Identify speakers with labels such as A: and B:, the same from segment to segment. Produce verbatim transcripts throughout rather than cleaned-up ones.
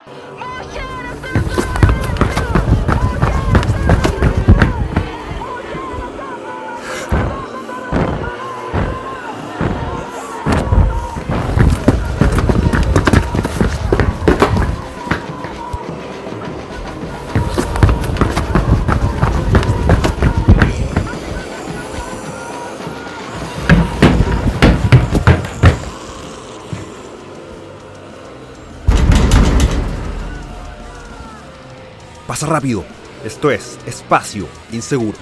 A: Pasa rápido. Esto es Espacio Inseguro.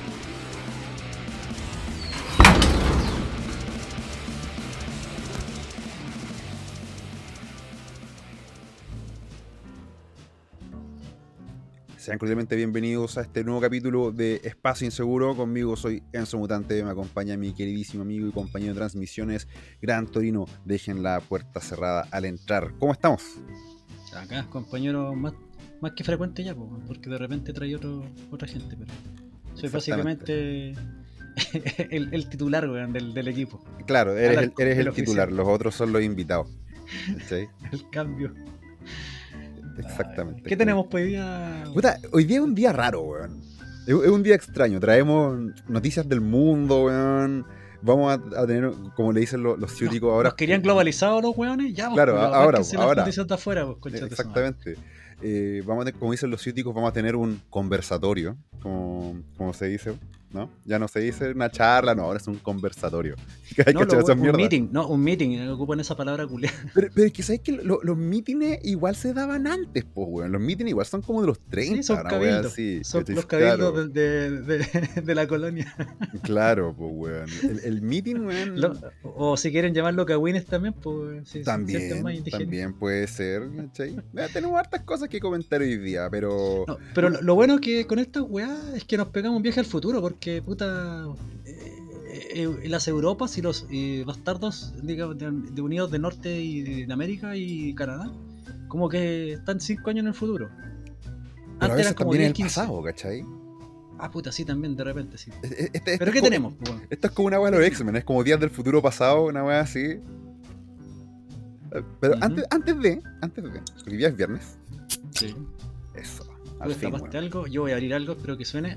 A: Sean cordialmente bienvenidos a este nuevo capítulo de Espacio Inseguro. Conmigo soy Enzo Mutante, me acompaña mi queridísimo amigo y compañero de transmisiones, Gran Torino. Dejen la puerta cerrada al entrar. ¿Cómo estamos?
B: Acá, compañero, más, más que frecuente ya, porque de repente trae otro, otra gente, pero soy básicamente el, el titular, weón, del, del equipo.
A: Claro, eres el, eres el,
B: el
A: titular, los otros son los invitados. ¿Sí?
B: El cambio.
A: Exactamente.
B: ¿Qué tenemos hoy día?
A: Puta, hoy día es un día raro, weón. Es, es un día extraño. Traemos noticias del mundo, weón. Vamos a, a tener, como le dicen los, los ciúticos ahora.
B: ¿Nos querían globalizados los weones? Ya,
A: claro,
B: pues,
A: ahora,
B: las
A: ahora.
B: noticias de afuera, pues, concha de
A: exactamente. Eh, vamos a tener, como dicen los ciúticos, vamos a tener un conversatorio, como, como se dice, ¿no? Ya no se dice una charla, no, ahora es un conversatorio. Hay
B: no,
A: que
B: lo,
A: esa
B: un
A: mierda.
B: meeting, no, un meeting, ocupan esa palabra culiada.
A: Pero, pero es que sabes que lo, los mítines igual se daban antes, pues, weón. Los mítines igual son como de los treinta,
B: sí, son
A: ¿no?
B: cabildos,
A: así,
B: son
A: ¿cachai?
B: los cabildos
A: Claro.
B: de, de, de, de la colonia.
A: Claro, pues, weón. El, el meeting, weón.
B: Lo, o si quieren llamarlo cagüines también, pues. Si
A: también,
B: más
A: también puede ser, ¿cachai? Tenemos hartas cosas que comentar hoy día, pero.
B: No, pero lo, lo bueno que con esta weá es que nos pegamos un viaje al futuro, porque puta. Eh, eh, las Europas y los eh, bastardos, digamos, de, de Unidos de Norte y de América y Canadá, como que están cinco años en el futuro.
A: Pero
B: Antes
A: a veces
B: eran como
A: también
B: diez,
A: en el
B: quince.
A: pasado, ¿cachai?
B: Ah, puta, sí, también, de repente, sí.
A: Este, este,
B: ¿Pero
A: este
B: qué
A: es
B: tenemos?
A: Como,
B: Bueno.
A: esto es como una weá de los X-Men, es como días del futuro pasado, una weá así. Pero uh-huh. antes, antes de, antes de, porque día es viernes.
B: Sí.
A: Eso.
B: ¿Tú destapaste algo? Yo voy a abrir algo, espero que suene.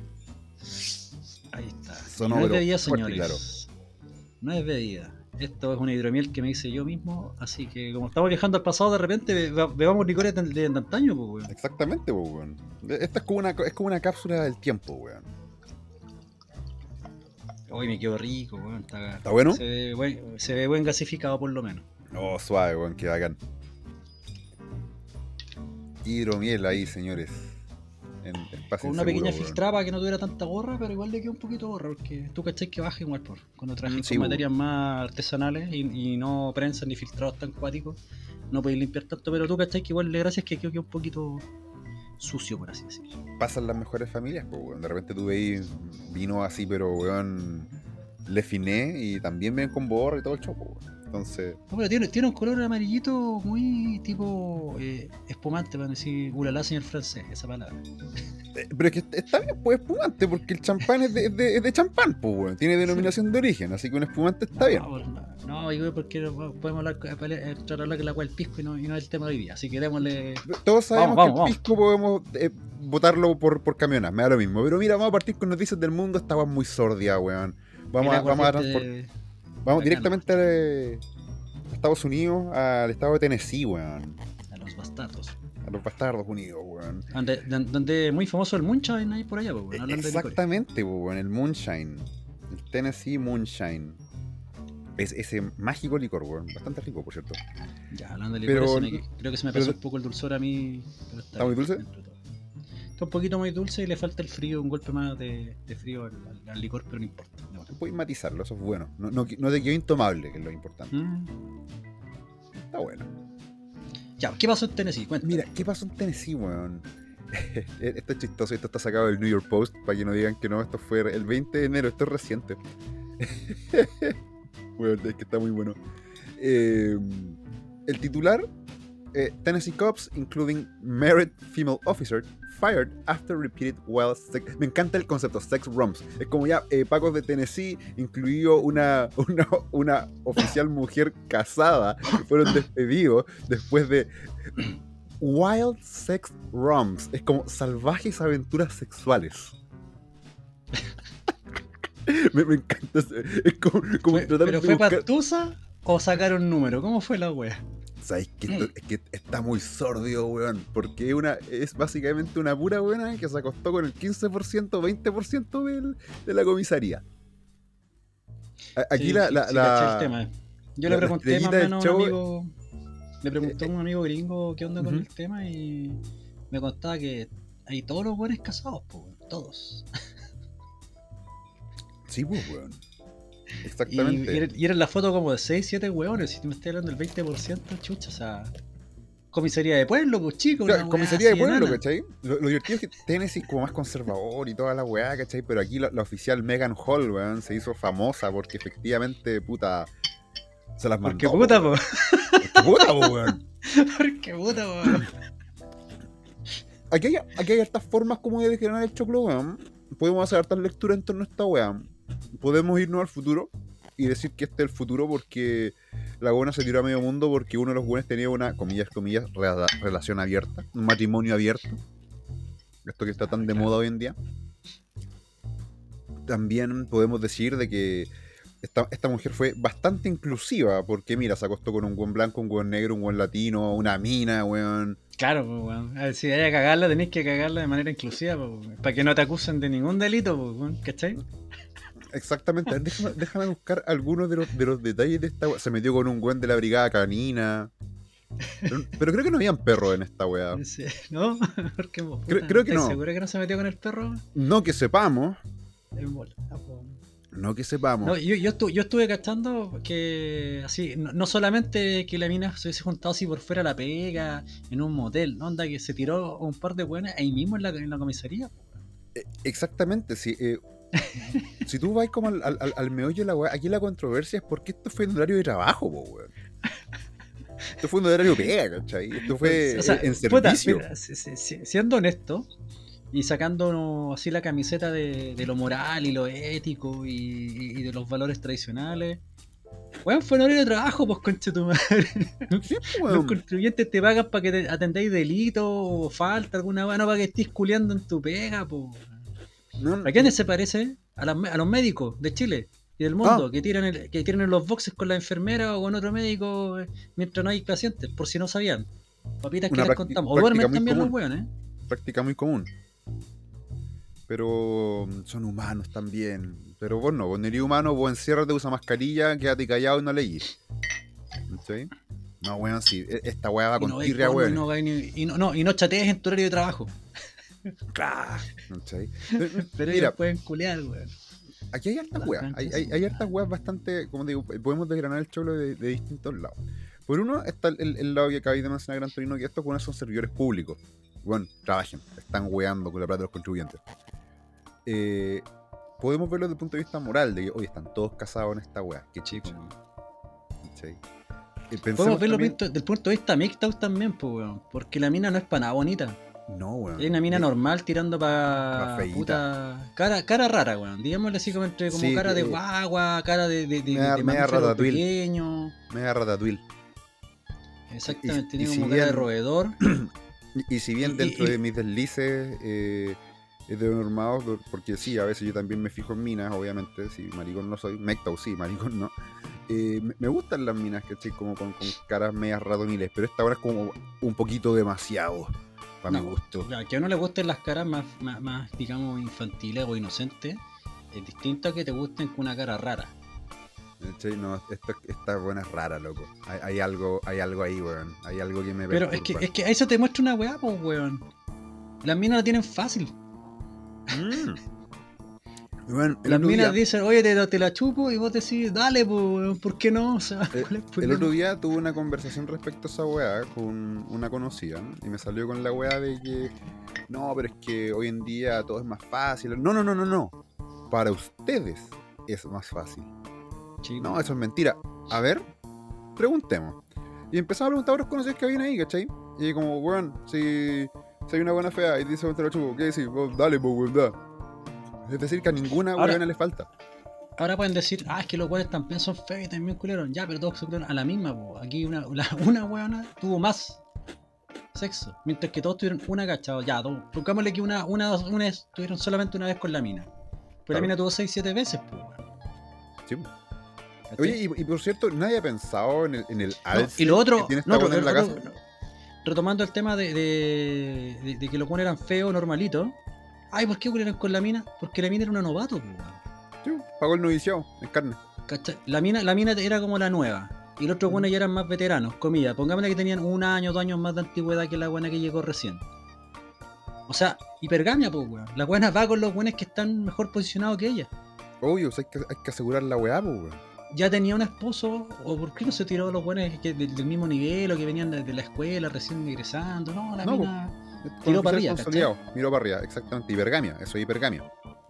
B: Ahí está.
A: Sonó,
B: no es bebida,
A: fuerte,
B: señores.
A: claro.
B: No es bebida. Esto es una hidromiel que me hice yo mismo, así que como estamos viajando al pasado, de repente bebamos licores de, de, de antaño, pues, weón.
A: Exactamente, pues, weón. Esta es como una, es como una cápsula del tiempo, weón.
B: Uy, me quedó rico, weón. Está,
A: ¿Está bueno?
B: Se ve buen, se ve buen gasificado, por lo menos.
A: Oh, suave, weón, qué bacán. Hidromiel ahí, señores. En espacio
B: con una
A: inseguro,
B: pequeña
A: weón.
B: filtrada para que no tuviera tanta gorra, pero igual le quedó un poquito gorra, porque tú cachai que baja igual por cuando trajes
A: Mm, sí,
B: con
A: bu.
B: materias más artesanales y, y no prensas ni filtrados tan cuáticos, no podéis limpiar tanto, pero tú cachai que igual le gracias que quedó un poquito sucio, por así decirlo.
A: Pasan las mejores familias, pues, weón. De repente tú veis vino así, pero, weón, le finé y también ven con borra y todo el chopo, weón. Entonces...
B: No, pero tiene, tiene un color amarillito muy tipo eh, espumante, para decir ulala, señor francés, esa palabra.
A: Eh, pero es que está bien, pues, espumante, porque el champán es de, es de, es de champán, pues, weón. Tiene denominación sí. de origen, así que un espumante está
B: no,
A: bien.
B: No, no, digo, porque podemos hablar, tratar de hablar que la cual el pisco y no, y no es el tema de hoy día, así que démosle...
A: Todos sabemos
B: vamos,
A: que
B: vamos,
A: el pisco vamos. podemos eh, botarlo por, por camionas, me da lo mismo. Pero mira, vamos a partir con noticias del mundo, esta muy sordia, weón. Vamos a, vamos a transportar... Vamos directamente a Estados Unidos, al estado de Tennessee, weón.
B: A los bastardos.
A: A los bastardos unidos, weón.
B: Donde, donde muy famoso el Moonshine ahí por allá, weón. Hablando
A: exactamente, de weón. El Moonshine. El Tennessee Moonshine. Es ese mágico licor, weón. Bastante rico, por cierto.
B: Ya, hablando de licores, pero, me, creo que se me pasó
A: pero,
B: un poco el dulzor a mí. Pero está,
A: ¿Está muy dulce?
B: Está un poquito muy dulce y le falta el frío, un golpe más de, de frío al, al, al licor, pero no importa. No.
A: Puedes matizarlo, eso es bueno. No, no, no te quedó intomable, que es lo importante.
B: Mm.
A: Está bueno.
B: Ya, ¿qué pasó en Tennessee? Cuéntame.
A: Mira, ¿qué pasó en Tennessee, weón? Esto es chistoso, esto está sacado del New York Post, para que no digan que no, esto fue el veinte de enero, esto es reciente. Weón, es que está muy bueno. Eh, el titular, eh, Tennessee cops, including married female officer, fired after repeated wild sex. Me encanta el concepto, sex romps. Es como ya, eh, Pacos de Tennessee, incluido una, una, una oficial mujer casada, fueron despedidos después de Wild Sex Roms. Es como salvajes aventuras sexuales. me, me encanta. Es como, como
B: Fue-
A: tratar
B: ¿Pero
A: de
B: fue
A: buscar-
B: pastusa o sacaron número? ¿Cómo fue la wea?
A: ¿Sabes qué? Esto- es que está muy sordio, weón. Porque es, una, es básicamente una pura weona que se acostó con el quince por ciento, veinte por ciento del, de la comisaría. A- Aquí
B: Sí,
A: la,
B: sí,
A: la,
B: sí,
A: la-
B: caché el tema. Yo
A: la-
B: le
A: la
B: pregunté más
A: estrellita
B: o
A: del
B: menos a un
A: show,
B: amigo. Le pregunté a un amigo gringo qué onda con
A: Ujú.
B: el tema y me contaba que hay todos los buenos casados, po, weón, todos.
A: Sí, pues, weón.
B: Y,
A: Exactamente.
B: y era- y era la foto como de seis, siete hueones. Si me estoy hablando del veinte por ciento, chucha, o sea. Comisaría de pueblo, pues chico,
A: Claro,
B: una weá
A: comisaría de
B: así
A: pueblo,
B: enana.
A: ¿cachai? Lo, lo divertido es que Tennessee es como más conservador y toda la weá, ¿cachai? Pero aquí la, la oficial Megan Hall, weón, se hizo famosa porque efectivamente, puta, se las
B: Porque
A: mandó,
B: puta,
A: po,
B: po.
A: weón. Porque puta, po, weón.
B: Porque puta, po.
A: Aquí hay, aquí hay hartas formas como de desgranar el choclo, weón. Podemos hacer hartas lecturas en torno a esta weá. Podemos irnos al futuro y decir que este es el futuro porque la buena se tiró a medio mundo porque uno de los buenos tenía una, comillas, comillas, rela- relación abierta, un matrimonio abierto. Esto que está tan de moda hoy en día. También podemos decir de que esta, esta mujer fue bastante inclusiva porque, mira, se acostó con un buen blanco, un buen negro, un buen latino, una mina, weón.
B: Claro, pues, weón. A ver, si hay que cagarla, tenéis que cagarla de manera inclusiva, para que no te acusen de ningún delito, pues, weón, ¿cachai?
A: Exactamente. A ver, déjame, déjame buscar algunos de los, de los detalles de esta weá. Se metió con un buen de la brigada canina. Pero, pero creo que no habían perros en esta weá.
B: Sí, ¿no? Porque, puta,
A: Creo- creo que
B: ¿estáis
A: no.
B: seguro que no se metió con el perro?
A: No que sepamos.
B: En bola. Ah, pues.
A: No que sepamos.
B: No, yo, yo, estuve, yo estuve cachando que así, no, no solamente que la mina se hubiese juntado así por fuera a la pega, en un motel, ¿no? Onda que se tiró un par de buenas ahí mismo en la, en la comisaría.
A: Eh, Exactamente, sí. eh, si tú vas como al, al, al- al meollo de la weá, aquí la controversia es porque esto fue en horario de trabajo, po, weón. Esto fue en horario de pega, ¿cachai? Esto fue
B: O sea,
A: eh, en
B: puta,
A: servicio.
B: mira, si- si- si- siendo honesto y sacando así la camiseta de, de lo moral y lo ético y, y de los valores tradicionales, weón, fue en horario de trabajo, pues concha tu madre.
A: Sí, po,
B: Los
A: weón.
B: contribuyentes te pagan para que te atendáis delito o falta alguna weá, no para que estés culeando en tu pega, pues.
A: No,
B: ¿A quiénes se parece? A, las me- a los médicos de Chile y del mundo
A: Ah.
B: que tiran el- que tiran en los boxes con la enfermera o con otro médico eh, mientras no hay pacientes, por si no sabían. Papitas que
A: Una
B: les
A: práctica-
B: contamos. O
A: práctica
B: duermen
A: muy
B: también los
A: común.
B: weones.
A: práctica muy común. Pero mm, son humanos también. Pero vos no, vos no eres humano, vos enciérrate, usa mascarilla, quédate callado y no leís. ¿Sí? No, weón, sí. e- Esta weá va
B: Y no
A: con
B: veis
A: tirria,
B: porno, y
A: weón.
B: no, veis ni- y no, no, y no chatees en tu horario de trabajo.
A: Claro. ¿Sí?
B: Pero
A: Mira,
B: ellos pueden culear, weón.
A: aquí hay hartas
B: Las
A: weas.
B: canchas
A: Hay, hay,
B: son-
A: hay hartas weas bastante, como te digo, podemos desgranar el choclo de, de distintos lados. Por uno está el, el- el lado que acabáis de mencionar, Gran Torino, que estos weones son servidores públicos. Bueno, trabajen, están weando con la plata de los contribuyentes. Eh, podemos verlo desde el punto de vista moral, de que, oye, están todos casados en esta wea. Qué chico. ¿Sí? Eh, pensemos
B: Podemos verlo
A: también-
B: punto- del punto de vista mixtaus también, pues, weón. Porque la mina no es para nada bonita.
A: No, weón.
B: Es una mina
A: Eh,
B: normal tirando
A: Más
B: para
A: feíta.
B: puta. Cara, cara rara, weón. Digámosle así como entre como
A: Sí,
B: cara de
A: eh,
B: guagua, cara de, de, de,
A: media-
B: de
A: media
B: mamífero
A: ratatouille.
B: pequeño.
A: Media ratatouille.
B: Exactamente,
A: y
B: tiene
A: si
B: como cara de
A: bien-
B: roedor.
A: Y, y si bien
B: Y-
A: dentro
B: y-
A: de mis deslices eh, es de normado, por- porque sí, a veces yo también me fijo en minas, obviamente, si maricón no soy, Mectau sí, maricón no. Eh, me, me gustan las minas, ¿cachai? Como con, con caras medias ratoniles, pero esta ahora es como un poquito demasiado, para mi
B: No,
A: gusto.
B: Claro, que a uno le gusten las caras más, más, más, digamos, infantiles o inocentes. Es distinto a que te gusten con una cara rara.
A: ¿Cachai? No, esta, esta buena es rara, loco. Hay, hay algo, hay algo ahí, weón. Hay algo que me
B: Pero es que,
A: perturba.
B: es que eso te muestra una weá, pues, weón. Las minas la tienen fácil.
A: Mm. Weón, el
B: Las
A: otro
B: minas
A: día-
B: dicen, oye, te, te la chupo, y vos decís, dale, pues, weón, ¿por qué no? O sea,
A: Eh,
B: ¿cuál es el
A: El
B: problema?
A: otro día tuve una conversación respecto a esa weá con una conocida y me salió con la weá de que no, pero es que hoy en día todo es más fácil. No, no, no, no, no. Para ustedes es más fácil.
B: Sí,
A: No, eso es mentira. A ver, preguntemos. Y empezaba a preguntar a los conocidos que habían ahí, ¿cachai? Y como, weón, si, si hay una buena fea y te dice, te lo chupo, ¿qué decís? Vos, dale, pues, weón, da. Es decir, que a ninguna
B: Ahora-
A: weona le falta.
B: Ahora pueden decir, ah, es que los weones también son feos y también culeros. Ya, pero todos se culeron a la misma, po. Aquí una, la- una weona tuvo más. sexo. Mientras que todos tuvieron una cachado. Ya, dos. Pongámosle que una, una, una vez tuvieron solamente una vez con la mina. Pero
A: Claro.
B: la mina tuvo seis, siete veces, pues, weón.
A: Sí.
B: ¿Cachai?
A: Oye, y, y por cierto, nadie ha pensado en el, en el
B: No,
A: alce
B: y lo otro,
A: que tiene esta
B: no,
A: buena en la
B: re-
A: casa.
B: re- retomando el tema de, de, de- de que los buenos eran feos, normalitos. Ay, ¿por qué eran con la mina? Porque la mina era una novato, pues, weón.
A: Sí, pagó el noviciado en carne.
B: ¿Cachai? La mina, la mina era como la nueva. Y los otros buenos ya eran más veteranos, comillas. Pongámosle que tenían un año, dos años más de antigüedad que la buena que llegó recién. O sea, hipergamia, pues, weón. La buena va con los buenos que están mejor posicionados que ella.
A: Obvio, o sea, hay, que, hay que asegurar la weá, pues, weón.
B: Ya tenía un esposo, o por qué no se tiró a los buenos que, del, del mismo nivel, o que venían de, de la escuela recién ingresando. No, la
A: No,
B: mina
A: Con
B: tiró para
A: oficial
B: arriba,
A: consolidado, miró para arriba, exactamente. Hipergamia, eso es hipergamia.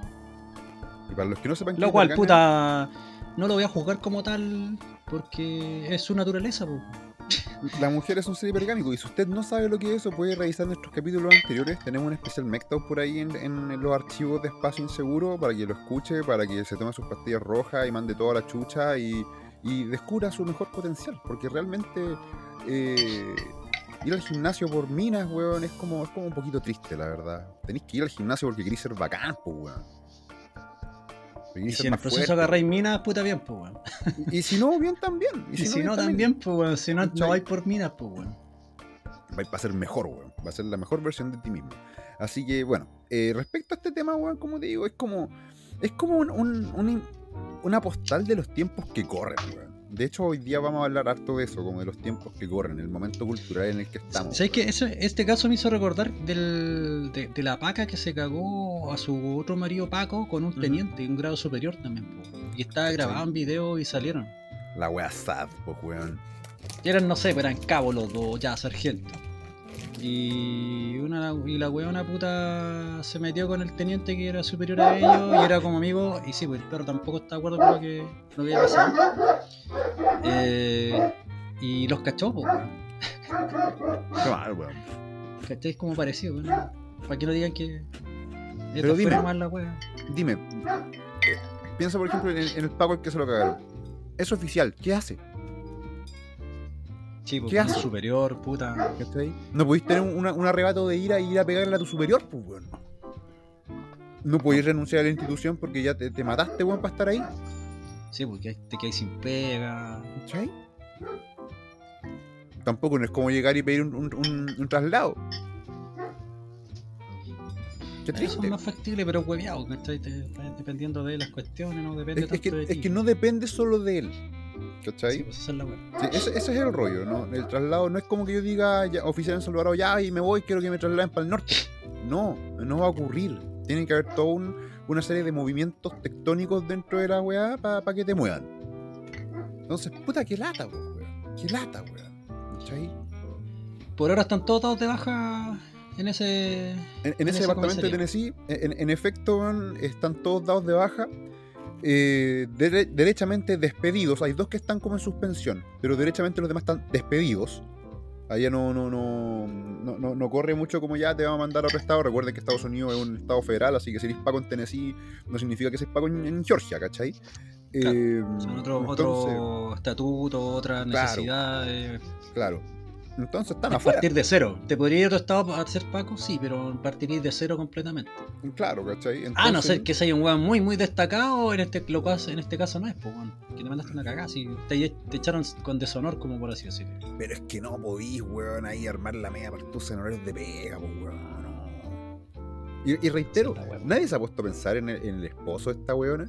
A: Y para los que no sepan qué
B: Lo
A: es
B: cual,
A: hipergamia,
B: puta, no lo voy a juzgar como tal, porque es su naturaleza, pues.
A: la mujer es un ser hipergámico. Y si usted no sabe lo que es eso, puede revisar nuestros capítulos anteriores. Tenemos un especial Mectau por ahí en, en los archivos de Espacio Inseguro para que lo escuche, para que se tome sus pastillas rojas y mande toda la chucha y, y descubra su mejor potencial. Porque realmente eh, ir al gimnasio por minas, weón, es como, es como un poquito triste, la verdad. Tenéis que ir al gimnasio porque queréis ser bacán, pues, weón.
B: Y
A: Queréis
B: si
A: ser
B: en el
A: más
B: proceso
A: fuerte.
B: agarráis minas, puta bien, pues, weón.
A: Y, y si no, bien también.
B: Y si
A: bien
B: no, también, pues, weón. Si no, no
A: ¿Cachai?
B: vais por minas, pues, weón.
A: Va a ser mejor, weón. Va a ser la mejor versión de ti mismo. Así que, bueno, eh, respecto a este tema, weón, como te digo, es como. Es como un, un- un- una postal de los tiempos que corren, weón. De hecho, hoy día vamos a hablar harto de eso, como de los tiempos que corren, el momento cultural en el que estamos.
B: ¿Sabes qué? Eso- este caso me hizo recordar del, de, de la paca que se cagó a su otro marido Paco con un
A: Ujú.
B: teniente, un grado superior también, po. Y estaba grabado en video y salieron.
A: La wea sad, pues, weón.
B: Y eran, no sé, pero eran cabos los dos, ya, sargento. Y, una, y la weona puta se metió con el teniente que era superior a ellos y era como amigo. Y sí, pues el perro tampoco está de acuerdo con lo que, lo que había pasado. Eh, y los cachó, pues, weón.
A: Qué mal, weón.
B: ¿Cachai? Es como parecido, weón. Para que no digan que. Es
A: Pero
B: de
A: dime.
B: afuera más la wea.
A: Dime, eh, piensa por ejemplo en, el- en el Paco al que se lo cagaron. Es oficial, ¿qué hace?
B: Sí, pues,
A: ¿Qué
B: un
A: hace?
B: superior, puta.
A: ¿Cachai? No podéis tener un, una- un arrebato de ira y ir a pegarle a tu superior, pues, weón. No podéis renunciar a la institución porque ya te, te mataste, weón, para estar ahí.
B: Sí, porque te quedas sin pega.
A: ¿Cachai? Tampoco no es como llegar y pedir un, un- un- un traslado. Qué
B: Eso
A: triste.
B: es más factible, pero hueveado, ¿cachai? Te- dependiendo de las cuestiones, no depende
A: Es, es que,
B: tanto de ti.
A: es que no depende solo de él. ¿Cachai?
B: Sí, pues esa es la wea.
A: Sí, ese, ese es el rollo, ¿no? El traslado no es como que yo diga, ya, oficial en Salvador, ya, y me voy, quiero que me trasladen para el norte. No, no va a ocurrir. Tiene que haber toda un, una serie de movimientos tectónicos dentro de la weá para que te muevan. Entonces, puta, qué lata, po, weón. Qué lata, weón. ¿Cachai?
B: Por ahora están todos dados de baja en ese.
A: En, en
B: En
A: ese
B: esa
A: departamento de
B: comisaría.
A: Tennessee, en, en efecto, weón, están todos dados de baja. Eh, dere- derechamente despedidos. Hay dos que están como en suspensión, pero derechamente los demás están despedidos. Allá no, no, no, no, no, no corre mucho como ya te va a mandar a otro estado. Recuerden que Estados Unidos es un estado federal, así que si eres Paco en Tennessee no significa que seas Paco en, en Georgia, ¿cachai?
B: Claro,
A: Eh,
B: Son otro,
A: entonces,
B: otro estatuto, otras
A: Claro.
B: necesidades.
A: claro. Entonces están
B: Es
A: afuera.
B: partir de cero. ¿Te podría ir a otro estado a ser Paco? Sí, pero partiréis de cero completamente.
A: Claro, ¿cachai?
B: Ah, no
A: Entonces-
B: ser que sea un weón muy, muy destacado, en este, lo cual- en este caso no es, pues, weón. Que te mandaste una cagada, si te, te echaron con deshonor, como por así decirlo.
A: Pero es que no podís, weón, ahí armar la media partusa en horarios de pega, pues, weón. No. Y, y reitero,
B: Sí, está weón.
A: nadie se ha puesto a pensar en el, en el esposo de esta weona.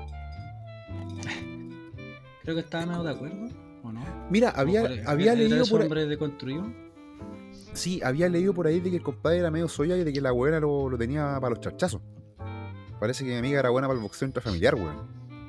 B: Creo que estaba medio de acuerdo, ¿o no?
A: Mira, había,
B: ¿O cuál-
A: había
B: era
A: leído
B: ese
A: por ahí.
B: hombre deconstruido?
A: Sí, había leído por ahí de que el compadre era medio soya y de que la weona lo, lo tenía para los charchazos. Parece que mi amiga era buena para el boxeo intrafamiliar, weón.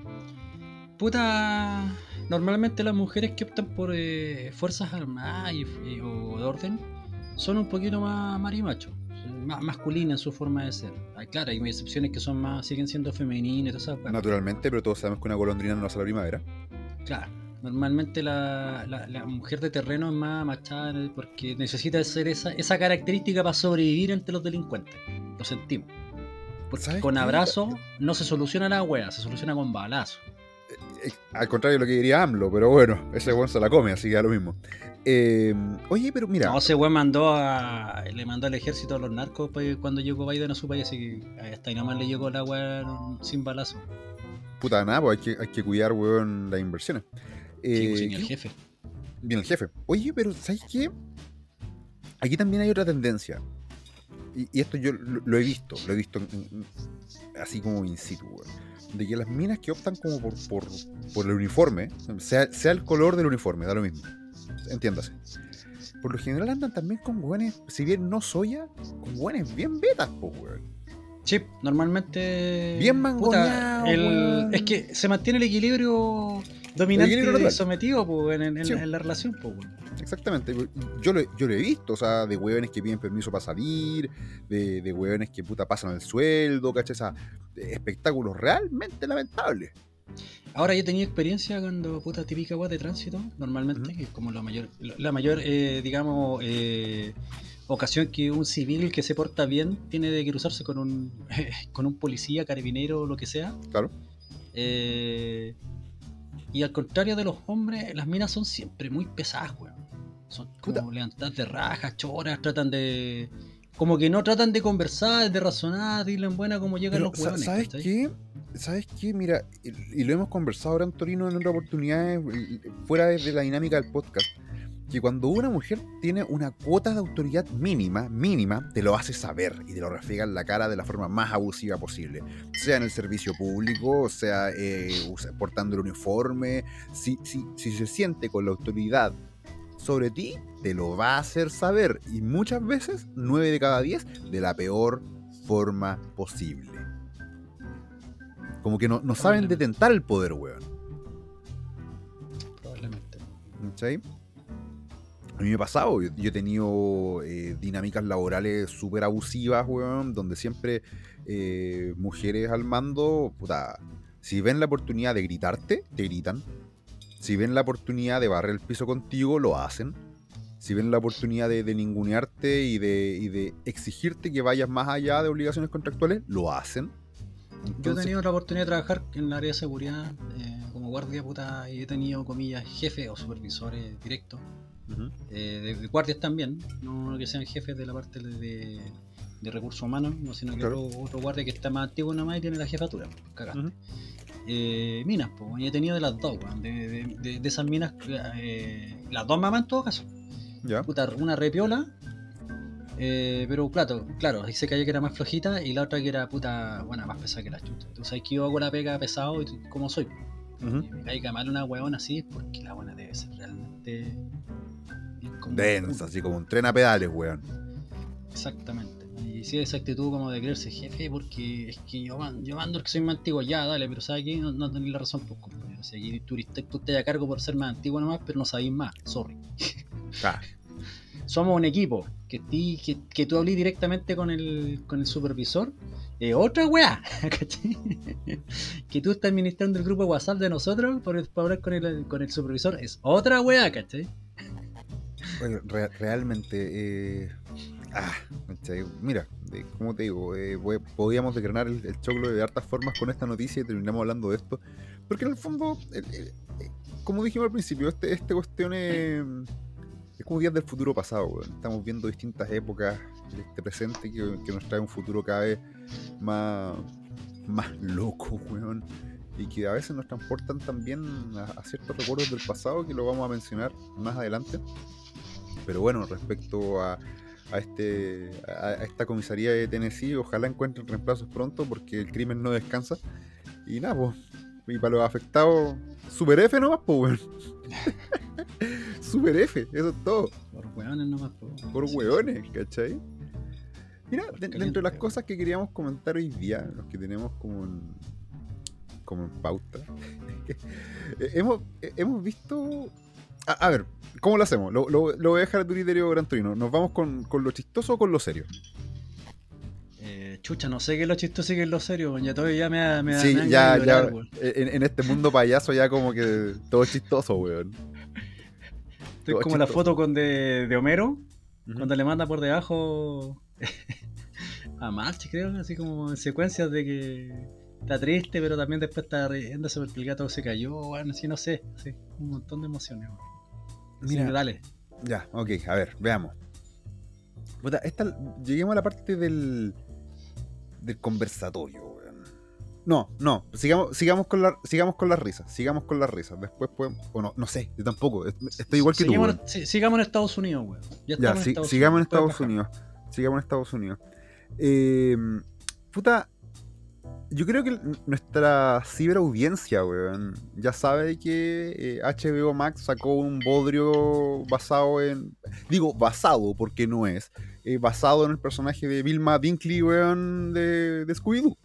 B: Puta. Normalmente las mujeres que optan por eh, fuerzas armadas y, y- o de orden son un poquito más marimacho, más masculinas en su forma de ser. Ah, claro, hay excepciones que son más, siguen siendo femeninas y todas esas cosas.
A: Naturalmente, pero todos sabemos que una golondrina no hace la primavera.
B: Claro, normalmente la, la, la mujer de terreno es más machada porque necesita ser esa, esa característica para sobrevivir entre los delincuentes. Lo sentimos. Porque
A: ¿Sabes
B: con
A: qué?
B: abrazo no se soluciona la wea, se soluciona con balazo.
A: Eh, Al contrario de lo que diría AMLO, pero bueno, ese weón se la come, así que da lo mismo. Eh, oye, pero mira.
B: No, ese weón mandó a. Le mandó al ejército a los narcos pues, cuando llegó Biden a su país, así que hasta ahí nomás le llegó la weá sin balazo.
A: Puta nada, pues hay que, hay que cuidar, weón, las inversiones.
B: Sí, pues,
A: Eh,
B: ni el jefe.
A: Bien, el jefe. Oye, pero ¿sabes qué? Aquí también hay otra tendencia. Y, y esto yo lo, lo he visto, lo he visto en, en, así como in situ, weón. De que las minas que optan como por, por, por el uniforme, sea, sea el color del uniforme, da lo mismo. Entiéndase. Por lo general andan también con weones, si bien no soya, con weones bien betas, po, weón.
B: Sí, normalmente.
A: Bien mangoneado,
B: el... Es que se mantiene el equilibrio dominante y sometido pues, en, en, sí. en la relación, pues, weón.
A: Exactamente, yo lo, yo lo he visto, o sea, de hueones que piden permiso para salir, de, de hueones que puta pasan el sueldo, ¿cachai? O sea, espectáculos realmente lamentables.
B: Ahora yo he tenido experiencia cuando puta típica guay de tránsito, normalmente, uh-huh. que es como la mayor, la mayor, eh, digamos, eh, ocasión que un civil que se porta bien tiene de cruzarse con un, eh, con un policía, carabinero o lo que sea.
A: Claro.
B: Eh, y al contrario de los hombres, las minas son siempre muy pesadas, weón. Son como Puta. levantadas de rajas, choras, tratan de... Como que no tratan de conversar, de razonar, de irle en buena como llegan Pero, los hueones.
A: ¿Sabes qué? ¿Sabes qué? Mira, y lo hemos conversado ahora en Torino en otra oportunidad, fuera de la dinámica del podcast, que cuando una mujer tiene una cuota de autoridad mínima, mínima, te lo hace saber y te lo refriega en la cara de la forma más abusiva posible. Sea en el servicio público, sea eh, portando el uniforme, si, si, si se siente con la autoridad sobre ti, te lo va a hacer saber, y muchas veces, nueve de cada diez, de la peor forma posible. Como que no, no saben detentar el poder, weón.
B: Probablemente.
A: ¿Sí? A mí me ha pasado, yo, yo he tenido eh, dinámicas laborales súper abusivas, weón, donde siempre eh, mujeres al mando, puta, si ven la oportunidad de gritarte, te gritan. Si ven la oportunidad de barrer el piso contigo, lo hacen. Si ven la oportunidad de, de ningunearte y de, y de exigirte que vayas más allá de obligaciones contractuales, lo hacen.
B: Entonces, yo he tenido la oportunidad de trabajar en el área de seguridad eh, como guardia, puta, y he tenido, comillas, jefes o supervisores directos. Uh-huh. eh, de, de guardias también, no que sean jefes de la parte de, de, de recursos humanos, no, sino que claro. otro, otro guardia que está más antiguo nomás y tiene la jefatura. Cagaste. Uh-huh. Eh, minas, pues, y he tenido de las dos, weón, de, de, de, de esas minas, eh, las dos mamás en todo caso.
A: Ya.
B: Puta, una repiola, eh, pero claro, claro, ahí se cayó que era más flojita y la otra que era puta, bueno, más pesada que la chucha. Entonces sabes que yo hago la pega pesado y como soy. Uh-huh. Y me caiga mal una huevona así porque la buena debe ser realmente
A: densa, así como un tren a pedales, weón.
B: Exactamente. Y si esa actitud como de creerse jefe, porque es que yo, yo mando el que soy más antiguo, ya, dale, pero ¿sabes qué? No, no tenéis la razón, pues, compañero. Si aquí tú, tú estás a cargo por ser más antiguo nomás, pero no sabéis más, sorry.
A: Ah.
B: Somos un equipo, que, ti, que, que tú hablís directamente con el, con el supervisor, eh, otra weá, ¿cachai? Que tú estás administrando el grupo de WhatsApp de nosotros por, por hablar con el, con el supervisor, es otra weá, ¿cachai?
A: Bueno, re- realmente, eh, ah, mira, de, como te digo, eh, voy, podíamos decrenar el, el choclo de hartas formas con esta noticia y terminamos hablando de esto, porque en el fondo, el, el, el, como dijimos al principio, este, este cuestión es, es como días del futuro pasado, weón. Estamos viendo distintas épocas, este presente que, que nos trae un futuro cada vez más, más loco, weón, y que a veces nos transportan también a, a ciertos recuerdos del pasado que lo vamos a mencionar más adelante. Pero bueno, respecto a, a, este, a, a esta comisaría de Tennessee, ojalá encuentren reemplazos pronto porque el crimen no descansa. Y nada, pues, y para los afectados, Super F nomás, pues, weón. Super F, eso es todo.
B: Por hueones nomás, po.
A: Por hueones, ¿cachai? Mira, de, dentro de las cosas que queríamos comentar hoy día, los que tenemos como en, como en pauta, hemos, hemos visto... A, a ver, ¿cómo lo hacemos? Lo, lo, lo voy a dejar a tu criterio, Gran Torino. ¿Nos vamos con, con lo chistoso o con lo serio?
B: Eh, chucha, no sé qué es lo chistoso y qué es lo serio. Ya todo ya me da me
A: Sí,
B: me
A: ya,
B: llorar,
A: ya. En, en este mundo payaso ya como que todo es chistoso, weón.
B: Estoy todo como chistoso. La foto con de, de Homero, uh-huh. Cuando le manda por debajo a March, creo, así como en secuencias de que está triste, pero también después está riéndose porque el gato se cayó, bueno, así no sé, así, un montón de emociones. Weón.
A: Mira,
B: sí, dale.
A: Ya, ok, a ver, veamos. Puta, esta, lleguemos a la parte del, del conversatorio, weón. No, no, sigamos, sigamos con la, sigamos con las risas, sigamos con las risas. Después podemos, o no, no sé, yo tampoco, estoy igual que tú,
B: Sigamos,
A: weón.
B: si- sigamos en Estados Unidos, weón. Ya
A: Ya,
B: estamos en
A: si-
B: Estados
A: sigamos en
B: Unidos. Puedes
A: Estados
B: bajar.
A: Unidos, sigamos en Estados Unidos. Eh, puta, yo creo que n- nuestra ciberaudiencia, weón, ya sabe que eh, H B O Max sacó un bodrio basado en... Digo, basado, porque no es. eh, basado en el personaje de Vilma Dinkley, weón, de, de Scooby-Doo.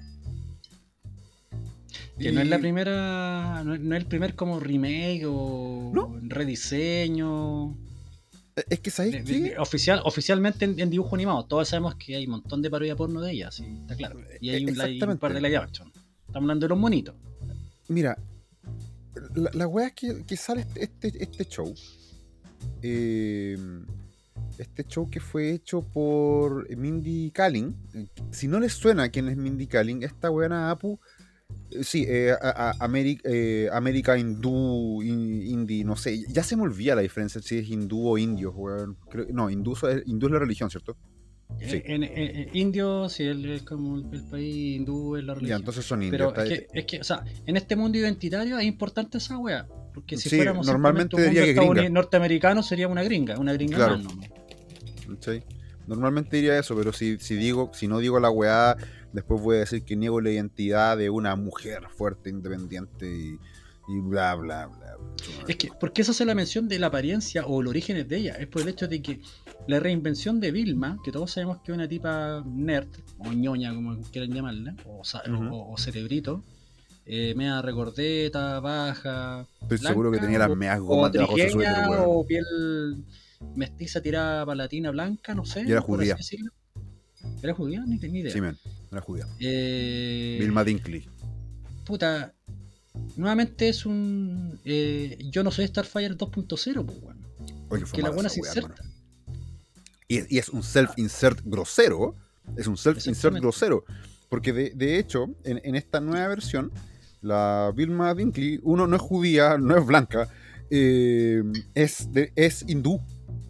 B: Que no es la
A: Y...
B: primera, no es, no es el primer como remake o
A: No,
B: rediseño.
A: e- es que ¿sabéis
B: De- de-
A: qué?
B: de- oficial, oficialmente en, en dibujo animado. Todos sabemos que hay un montón de parodia porno de ella, sí, está claro. Y hay
A: E-
B: un, hay un par de
A: Exactamente.
B: live action. Estamos hablando de los monitos.
A: Mira, la, la weá es que, que sale este, este, este show. eh, este show que fue hecho por Mindy Kaling. eh, Si no les suena quién es Mindy Kaling, esta weona Apu. eh, Sí, eh, a- a- Ameri- eh, América hindú, in- indie, no sé. Ya se me olvida la diferencia si es hindú o indio, weón. Creo- no, hindú, es- hindú es la religión, ¿cierto? Sí.
B: En, en- en indio, sí, el- es como el, el país hindú, es la
A: Ya,
B: religión.
A: entonces son indios.
B: Pero
A: está-
B: es que, es que, o sea, en este mundo identitario es importante esa wea. Porque si
A: Sí,
B: fuéramos
A: normalmente
B: simplemente un mundo
A: diría que
B: Estados
A: gringa.
B: Unidos- norteamericano, sería una gringa, una gringa
A: Claro.
B: más, ¿no?
A: ¿Cachai? Normalmente diría eso, pero si, si digo, si no digo la weá, después voy a decir que niego la identidad de una mujer fuerte, independiente y, y bla bla bla.
B: Es que, ¿por qué se hace la mención de la apariencia o los orígenes de ella? Es por el hecho de que la reinvención de Vilma, que todos sabemos que es una tipa nerd, o ñoña, como quieran llamarla, o, sa-
A: Ujú.
B: o- o cerebrito, eh, media recordeta, baja,
A: Estoy
B: blanca,
A: seguro que tenía las
B: o-
A: meas
B: o
A: gomas debajo de su suéter,
B: trigueña,
A: weón.
B: o piel mestiza tirada palatina blanca, no sé.
A: Y era
B: por
A: judía.
B: así decirlo. ¿Era judía? Ni tenía idea.
A: Sí, man, era judía.
B: Eh,
A: Vilma Dinkley.
B: puta, nuevamente es un. eh, yo no soy Starfire dos punto cero, pues, bueno.
A: Oye, fue
B: Que la
A: mala
B: buena
A: esa
B: se
A: weá,
B: inserta.
A: hermano. Y, y es un self-insert grosero. Es un self-insert
B: Exactamente.
A: grosero. Porque de, de hecho, en, en esta nueva versión, la Vilma Dinkley, uno no es judía, no es blanca, eh, es, de- es hindú.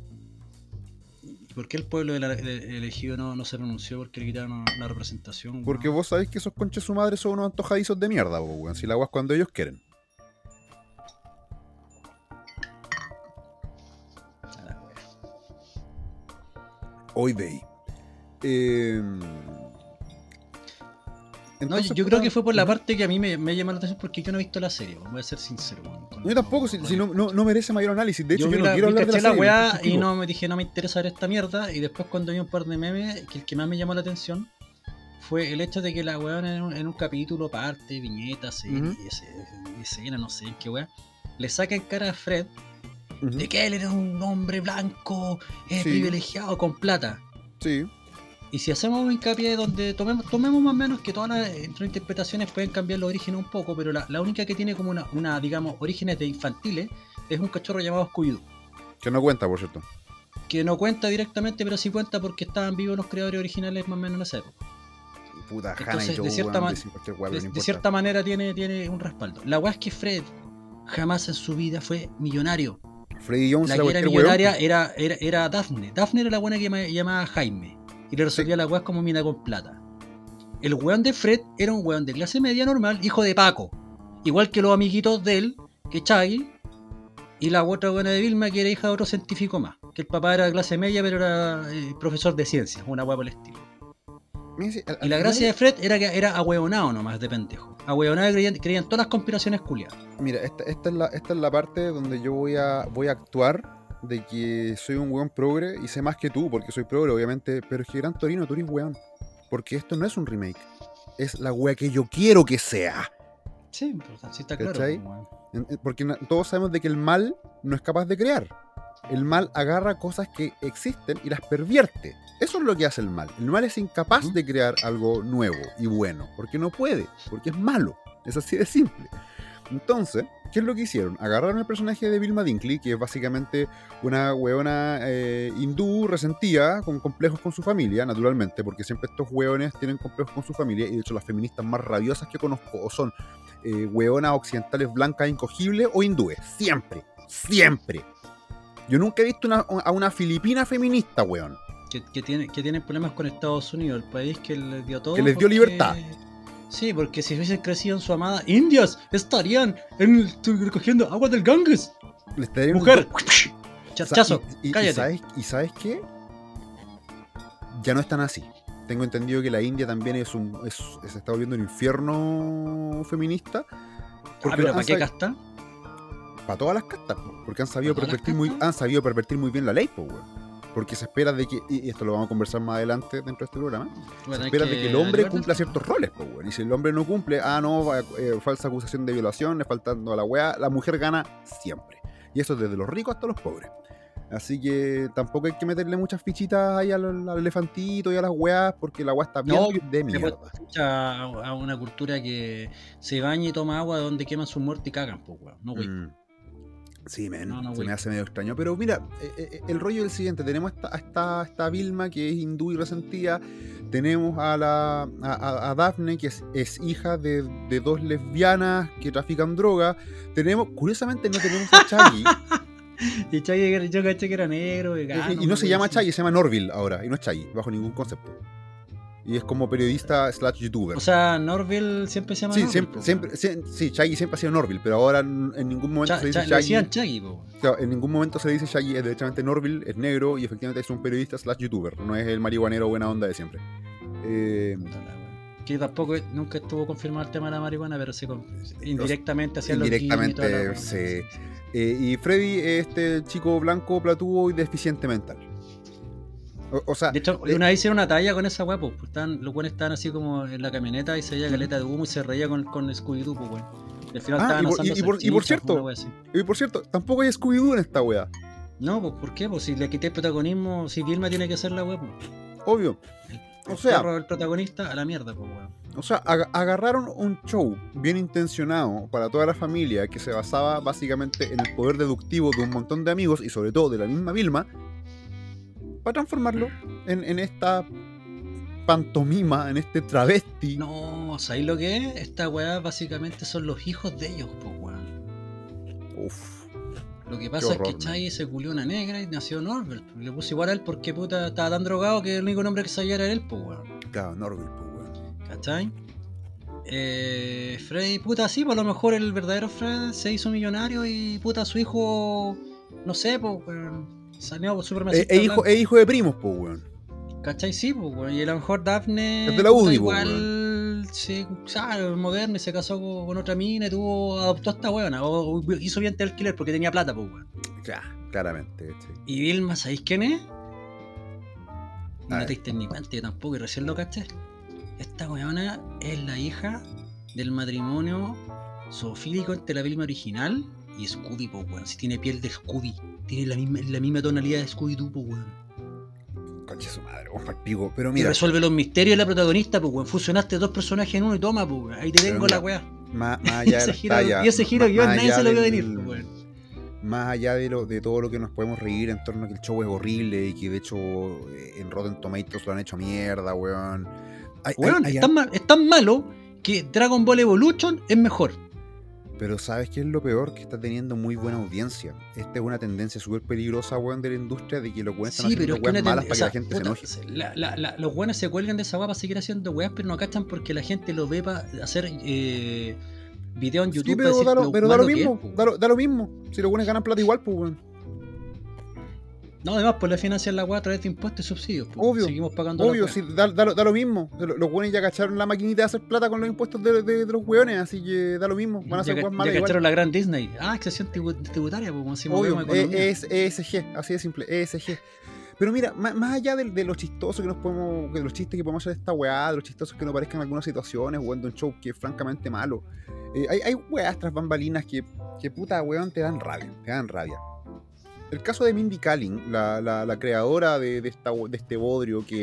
B: ¿Y por qué el pueblo de la- de- elegido no, no se renunció porque le quitaron la representación?
A: Porque
B: weón?
A: vos sabéis que esos conches su madre son unos antojadizos de mierda, po, weón. Si la aguas cuando ellos quieren.
B: A la wea.
A: Hoy de eh,
B: No,
A: entonces,
B: yo, yo
A: puta,
B: creo que fue por la
A: ujú.
B: parte que a mí me, me llamó la atención porque yo no he visto la serie, weón, voy a ser sincero. weón, con-
A: Yo tampoco, si,
B: con-
A: si no, no, no merece mayor análisis. De hecho, yo,
B: vi
A: no
B: la,
A: quiero
B: vi,
A: hablar de la
B: caché la
A: serie.
B: weá
A: estoy
B: y
A: contigo.
B: no me dije no me interesa ver esta mierda. Y después cuando vi un par de memes, que el que más me llamó la atención fue el hecho de que la weá en un, en un capítulo, parte, viñeta, serie,
A: Ujú.
B: ese- escena, no sé qué weá, le saca en cara a Fred
A: Ujú.
B: de que él era un hombre blanco, eh,
A: Sí.
B: privilegiado, con plata.
A: Sí,
B: Y si hacemos un hincapié donde tomemos, tomemos más o menos que todas las eh, interpretaciones pueden cambiar los orígenes un poco, pero la, la única que tiene como una, una, digamos, orígenes de infantiles es un cachorro llamado Scooby-Doo.
A: que no cuenta, por cierto.
B: Que no cuenta directamente, pero sí cuenta porque estaban vivos los creadores originales más o menos en esa época.
A: Puta,
B: Entonces,
A: Hannah y
B: de
A: Joe,
B: cierta
A: weón,
B: ma-
A: dicen cualquier weá, pero
B: De,
A: no
B: de
A: importa.
B: cierta manera tiene, tiene un respaldo. La weá es que Fred jamás en su vida fue millonario.
A: Freddy Jones
B: La
A: era
B: que era
A: cualquier
B: millonaria
A: weón.
B: era, era, era Daphne. Daphne era la buena que llama- llamaba Jaime. Y le resolvía la weá como mina con plata. El weón de Fred era un weón de clase media normal, hijo de Paco. Igual que los amiguitos de él, que Chaggy. Y la otra buena de Vilma, que era hija de otro científico más. Que el papá era de clase media, pero era eh, profesor de ciencias, una weá por el estilo.
A: Mira, sí, al-
B: Y
A: al
B: la
A: final-
B: gracia de Fred era que era ahueonado nomás de pendejo. Ahueonado y creían, creían todas las conspiraciones culiadas.
A: Mira, esta, esta, es la, esta es la parte donde yo voy a, voy a actuar de que soy un weón progre y sé más que tú, porque soy progre, obviamente, pero es que Gran Torino, tú eres weón. Porque esto no es un remake, es la wea que yo quiero que sea.
B: Sí, pues, sí está claro.
A: ¿Cachai?
B: pues, weón.
A: En- en- Porque na- todos sabemos de que el mal no es capaz de crear. El mal agarra cosas que existen y las pervierte. Eso es lo que hace el mal. El mal es incapaz
B: Ujú.
A: de crear algo nuevo y bueno, porque no puede, porque es malo. Es así de simple. Entonces, ¿qué es lo que hicieron? Agarraron el personaje de Vilma Dinkley, que es básicamente una weona eh, hindú resentida, con complejos con su familia, naturalmente, porque siempre estos weones tienen complejos con su familia, y de hecho las feministas más rabiosas que conozco o son eh, weonas occidentales blancas incogibles o hindúes. Siempre, siempre. Yo nunca he visto una, a una filipina feminista, weón.
B: Que, que, tiene, que tienen problemas con Estados Unidos, el país que les dio todo.
A: Que les dio
B: porque...
A: libertad.
B: Sí, porque si hubiesen crecido en su amada Indias, estarían en el, recogiendo agua del Ganges.
A: Les estarían
B: Mujer,
A: un...
B: charchazo,
A: y, y,
B: cállate.
A: Y sabes, ¿Y sabes qué? Ya no están así. Tengo entendido que la India también es un es, se está volviendo un infierno feminista.
B: Ah, pero ¿para qué casta?
A: Para todas las castas, porque han sabido pervertir muy,
B: castas?
A: han sabido pervertir muy bien la ley, pues, weón. Porque se espera de que, y esto lo vamos a conversar más adelante dentro de este programa, bueno, se espera que de que el hombre cumpla ciertos roles, pues, weón. Y si el hombre no cumple, ah, no, eh, falsa acusación de violación, es faltando a la weá, la mujer gana siempre. Y eso desde los ricos hasta los pobres. Así que tampoco hay que meterle muchas fichitas ahí al, al elefantito y a las weas, porque la wea está bien
B: no,
A: de mierda.
B: A, a una cultura que se baña y toma agua donde queman su muerte y cagan, pues, weón. No,
A: mm. Sí, men,
B: no, no,
A: se me hace medio extraño. Pero mira, eh, eh, el rollo es el siguiente. Tenemos a esta, esta, esta Vilma, que es hindú y resentida. Tenemos a la a, a Daphne, que es, es hija de, de dos lesbianas que trafican droga. Tenemos, curiosamente no tenemos a Chaggy.
B: Y Chaggy, yo caché que era negro, vegano.
A: Y, y no se llama Chaggy, se llama Norville ahora. Y no es Chaggy, bajo ningún concepto. Y es como periodista slash youtuber.
B: O sea, Norville siempre se llama
A: sí,
B: Norville.
A: Siempre,
B: po,
A: siempre, sí, sí, Chaggy siempre ha sido Norville, pero ahora en, en ningún momento
B: Cha,
A: se dice
B: Cha,
A: Chaggy.
B: decían Chaggy, po.
A: Claro, en ningún momento se dice Chaggy, es derechamente Norville, es negro y efectivamente es un periodista slash youtuber. No es el marihuanero buena onda de siempre. Eh,
B: que tampoco nunca estuvo confirmado el tema de la marihuana, pero se indirectamente hacía los
A: indirectamente se... Eh, y Freddy es este chico blanco, platudo y deficiente mental. O, o sea,
B: de hecho,
A: eh,
B: una vez hicieron una talla con esa weá, pues estaban, los buenos estaban así como en la camioneta y se veía caleta de humo y se reía con, con Scooby-Doo, pues weón. Y al final
A: ah,
B: estaban
A: y, por, y, y, por, y por cierto, y por cierto, tampoco hay Scooby-Doo en esta weá.
B: No, pues ¿por qué? Pues si le quité el protagonismo, si Vilma tiene que ser la weá, pues.
A: Obvio.
B: El,
A: o sea,
B: perro del protagonista a la mierda, pues weón.
A: O sea, ag agarraron un show bien intencionado para toda la familia que se basaba básicamente en el poder deductivo de un montón de amigos y sobre todo de la misma Vilma, para transformarlo en, en esta pantomima, en este travesti.
B: No, ¿sabéis lo que es? Esta weá básicamente son los hijos de ellos, pues weón.
A: Uf.
B: Lo que pasa horror, es que Chaggy se culió una negra y nació Norbert. Le puse igual a él porque puta estaba tan drogado que el único nombre que sabía era él, pues weón.
A: Claro, Norbert, pues weón.
B: ¿Cachai? Eh, Freddy, puta, sí, pues a lo mejor el verdadero Fred se hizo millonario y puta, su hijo, no sé, pues weón, salió supremacista.
A: Es hijo, hijo de primos, pues weón.
B: ¿Cachai? Sí, pues weón. Y a lo mejor Daphne.
A: Es de la U D I,
B: igual,
A: weón.
B: Sí, claro, moderno y se casó con, con otra mina y tuvo, adoptó a esta weona. O, o hizo bien el alquiler porque tenía plata, pues weón.
A: Ya, claramente. Sí.
B: Y Vilma, ¿sabéis quién es? No te diste ni cuenta, yo tampoco, y recién lo caché. Esta weona es la hija del matrimonio zoofílico entre la Vilma original y Scooby, pues weón. Si tiene piel de Scooby, tiene la misma, la misma tonalidad de Scooby-Doo, pues weón.
A: Concha su madre, vos pico. Pero mira.
B: Y resuelve los misterios de la protagonista, pues weón. Fusionaste dos personajes en uno y toma, pues weón. Ahí te tengo
A: mira,
B: la weá.
A: Más, más allá de la
B: giro,
A: talla,
B: y ese giro
A: más,
B: yo
A: más
B: nadie se lo vio
A: del,
B: venir, pues weón.
A: Más allá de, lo, de todo lo que nos podemos reír en torno a que el show es horrible y que de hecho en Rotten Tomatoes lo han hecho mierda, weón. Hay,
B: weón,
A: hay, hay,
B: es, tan mal, es tan malo que Dragon Ball Evolution es mejor.
A: Pero ¿sabes qué es lo peor? Que está teniendo muy buena audiencia. Esta es una tendencia súper peligrosa, weón, de la industria, de que los weones
B: sí,
A: están haciendo weas malas para
B: o sea,
A: que la gente
B: puta,
A: se enoje.
B: La, la, la, los weones se cuelgan de esa wea para seguir haciendo weas, pero no cachan porque la gente lo ve para hacer eh, video en YouTube.
A: Sí, pero,
B: para
A: da, lo,
B: lo
A: pero da lo mismo,
B: es,
A: da, lo, da lo mismo. Si los weones ganan plata igual, pues weón.
B: No, además, pues le financian la wea a través de impuestos y subsidios. Pues.
A: Obvio.
B: Seguimos pagando
A: Obvio, sí, da, da, da lo mismo. Los weones ya cacharon la maquinita de hacer plata con los impuestos de, de, de los weones, así que da lo mismo. Van a hacer weas malas.
B: Ya cacharon la gran Disney. Ah, excepción tributaria, pues, si
A: obvio, es E S G, así de simple, E S G. Pero mira, más, más allá de, de lo chistoso que nos podemos, de los chistes que podemos hacer de esta weá, de los chistosos que nos parezcan en algunas situaciones, weón, de un show que es francamente malo, eh, hay, hay weas tras bambalinas que, que puta weón te dan rabia, te dan rabia. El caso de Mindy Kaling, la, la, la creadora de, de, esta, de este bodrio que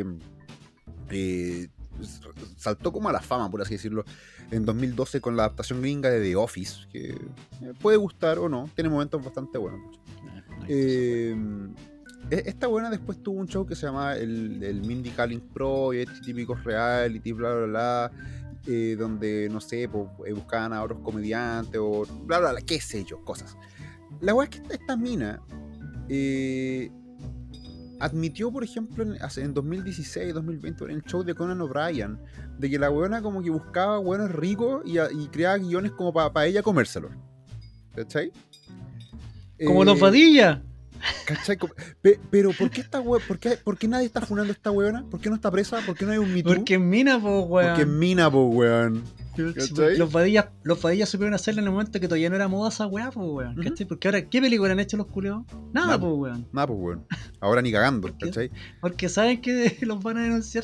A: eh, saltó como a la fama, por así decirlo, en dos mil doce con la adaptación gringa de The Office, que eh, puede gustar o no, tiene momentos bastante buenos. Eh, esta buena después tuvo un show que se llamaba el, el Mindy Kaling Project, típicos reality, bla bla bla, eh, donde, no sé, pues, buscaban a otros comediantes o bla bla bla, qué sé yo, cosas. La weá es que esta, esta mina eh, admitió, por ejemplo, en, hace- en dos mil dieciséis, dos mil veinte, en el show de Conan O'Brien, de que la weona como que buscaba weones ricos y, a- y creaba guiones como para ella comérselos. ¿Cachai?
B: Como los
A: Eh,
B: vadillas.
A: ¿Cachai? Co- pe- pero ¿por qué esta we- por qué, por qué nadie está funando a esta weona? ¿Por qué no está presa? ¿Por qué no hay un Me Too?
B: Porque en mina, po,
A: Porque es
B: weón.
A: mina, po, weón.
B: Sí, porque
A: ¿Cachai?
B: los vadillas, los vadillas supieron hacerla en el momento que todavía no era moda esa weá, po, weón.
A: Ujú.
B: ¿Cachai? Porque ahora, ¿qué película han hecho los culiados? Nada,
A: Nada.
B: po, weón.
A: Nada, pues, weón. Ahora ni cagando,
B: ¿Por qué?
A: ¿cachai?
B: Porque saben que los van a denunciar.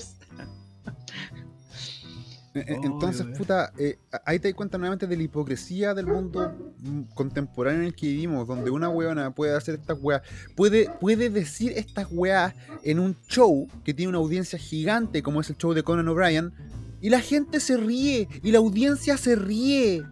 A: E- e-
B: Oh,
A: Entonces,
B: weón.
A: puta, eh, ahí te das cuenta nuevamente de la hipocresía del mundo mm, contemporáneo en el que vivimos, donde una weona puede hacer estas weas, puede, puede decir estas weas en un show que tiene una audiencia gigante, como es el show de Conan O'Brien, y la gente se ríe, y la audiencia se ríe.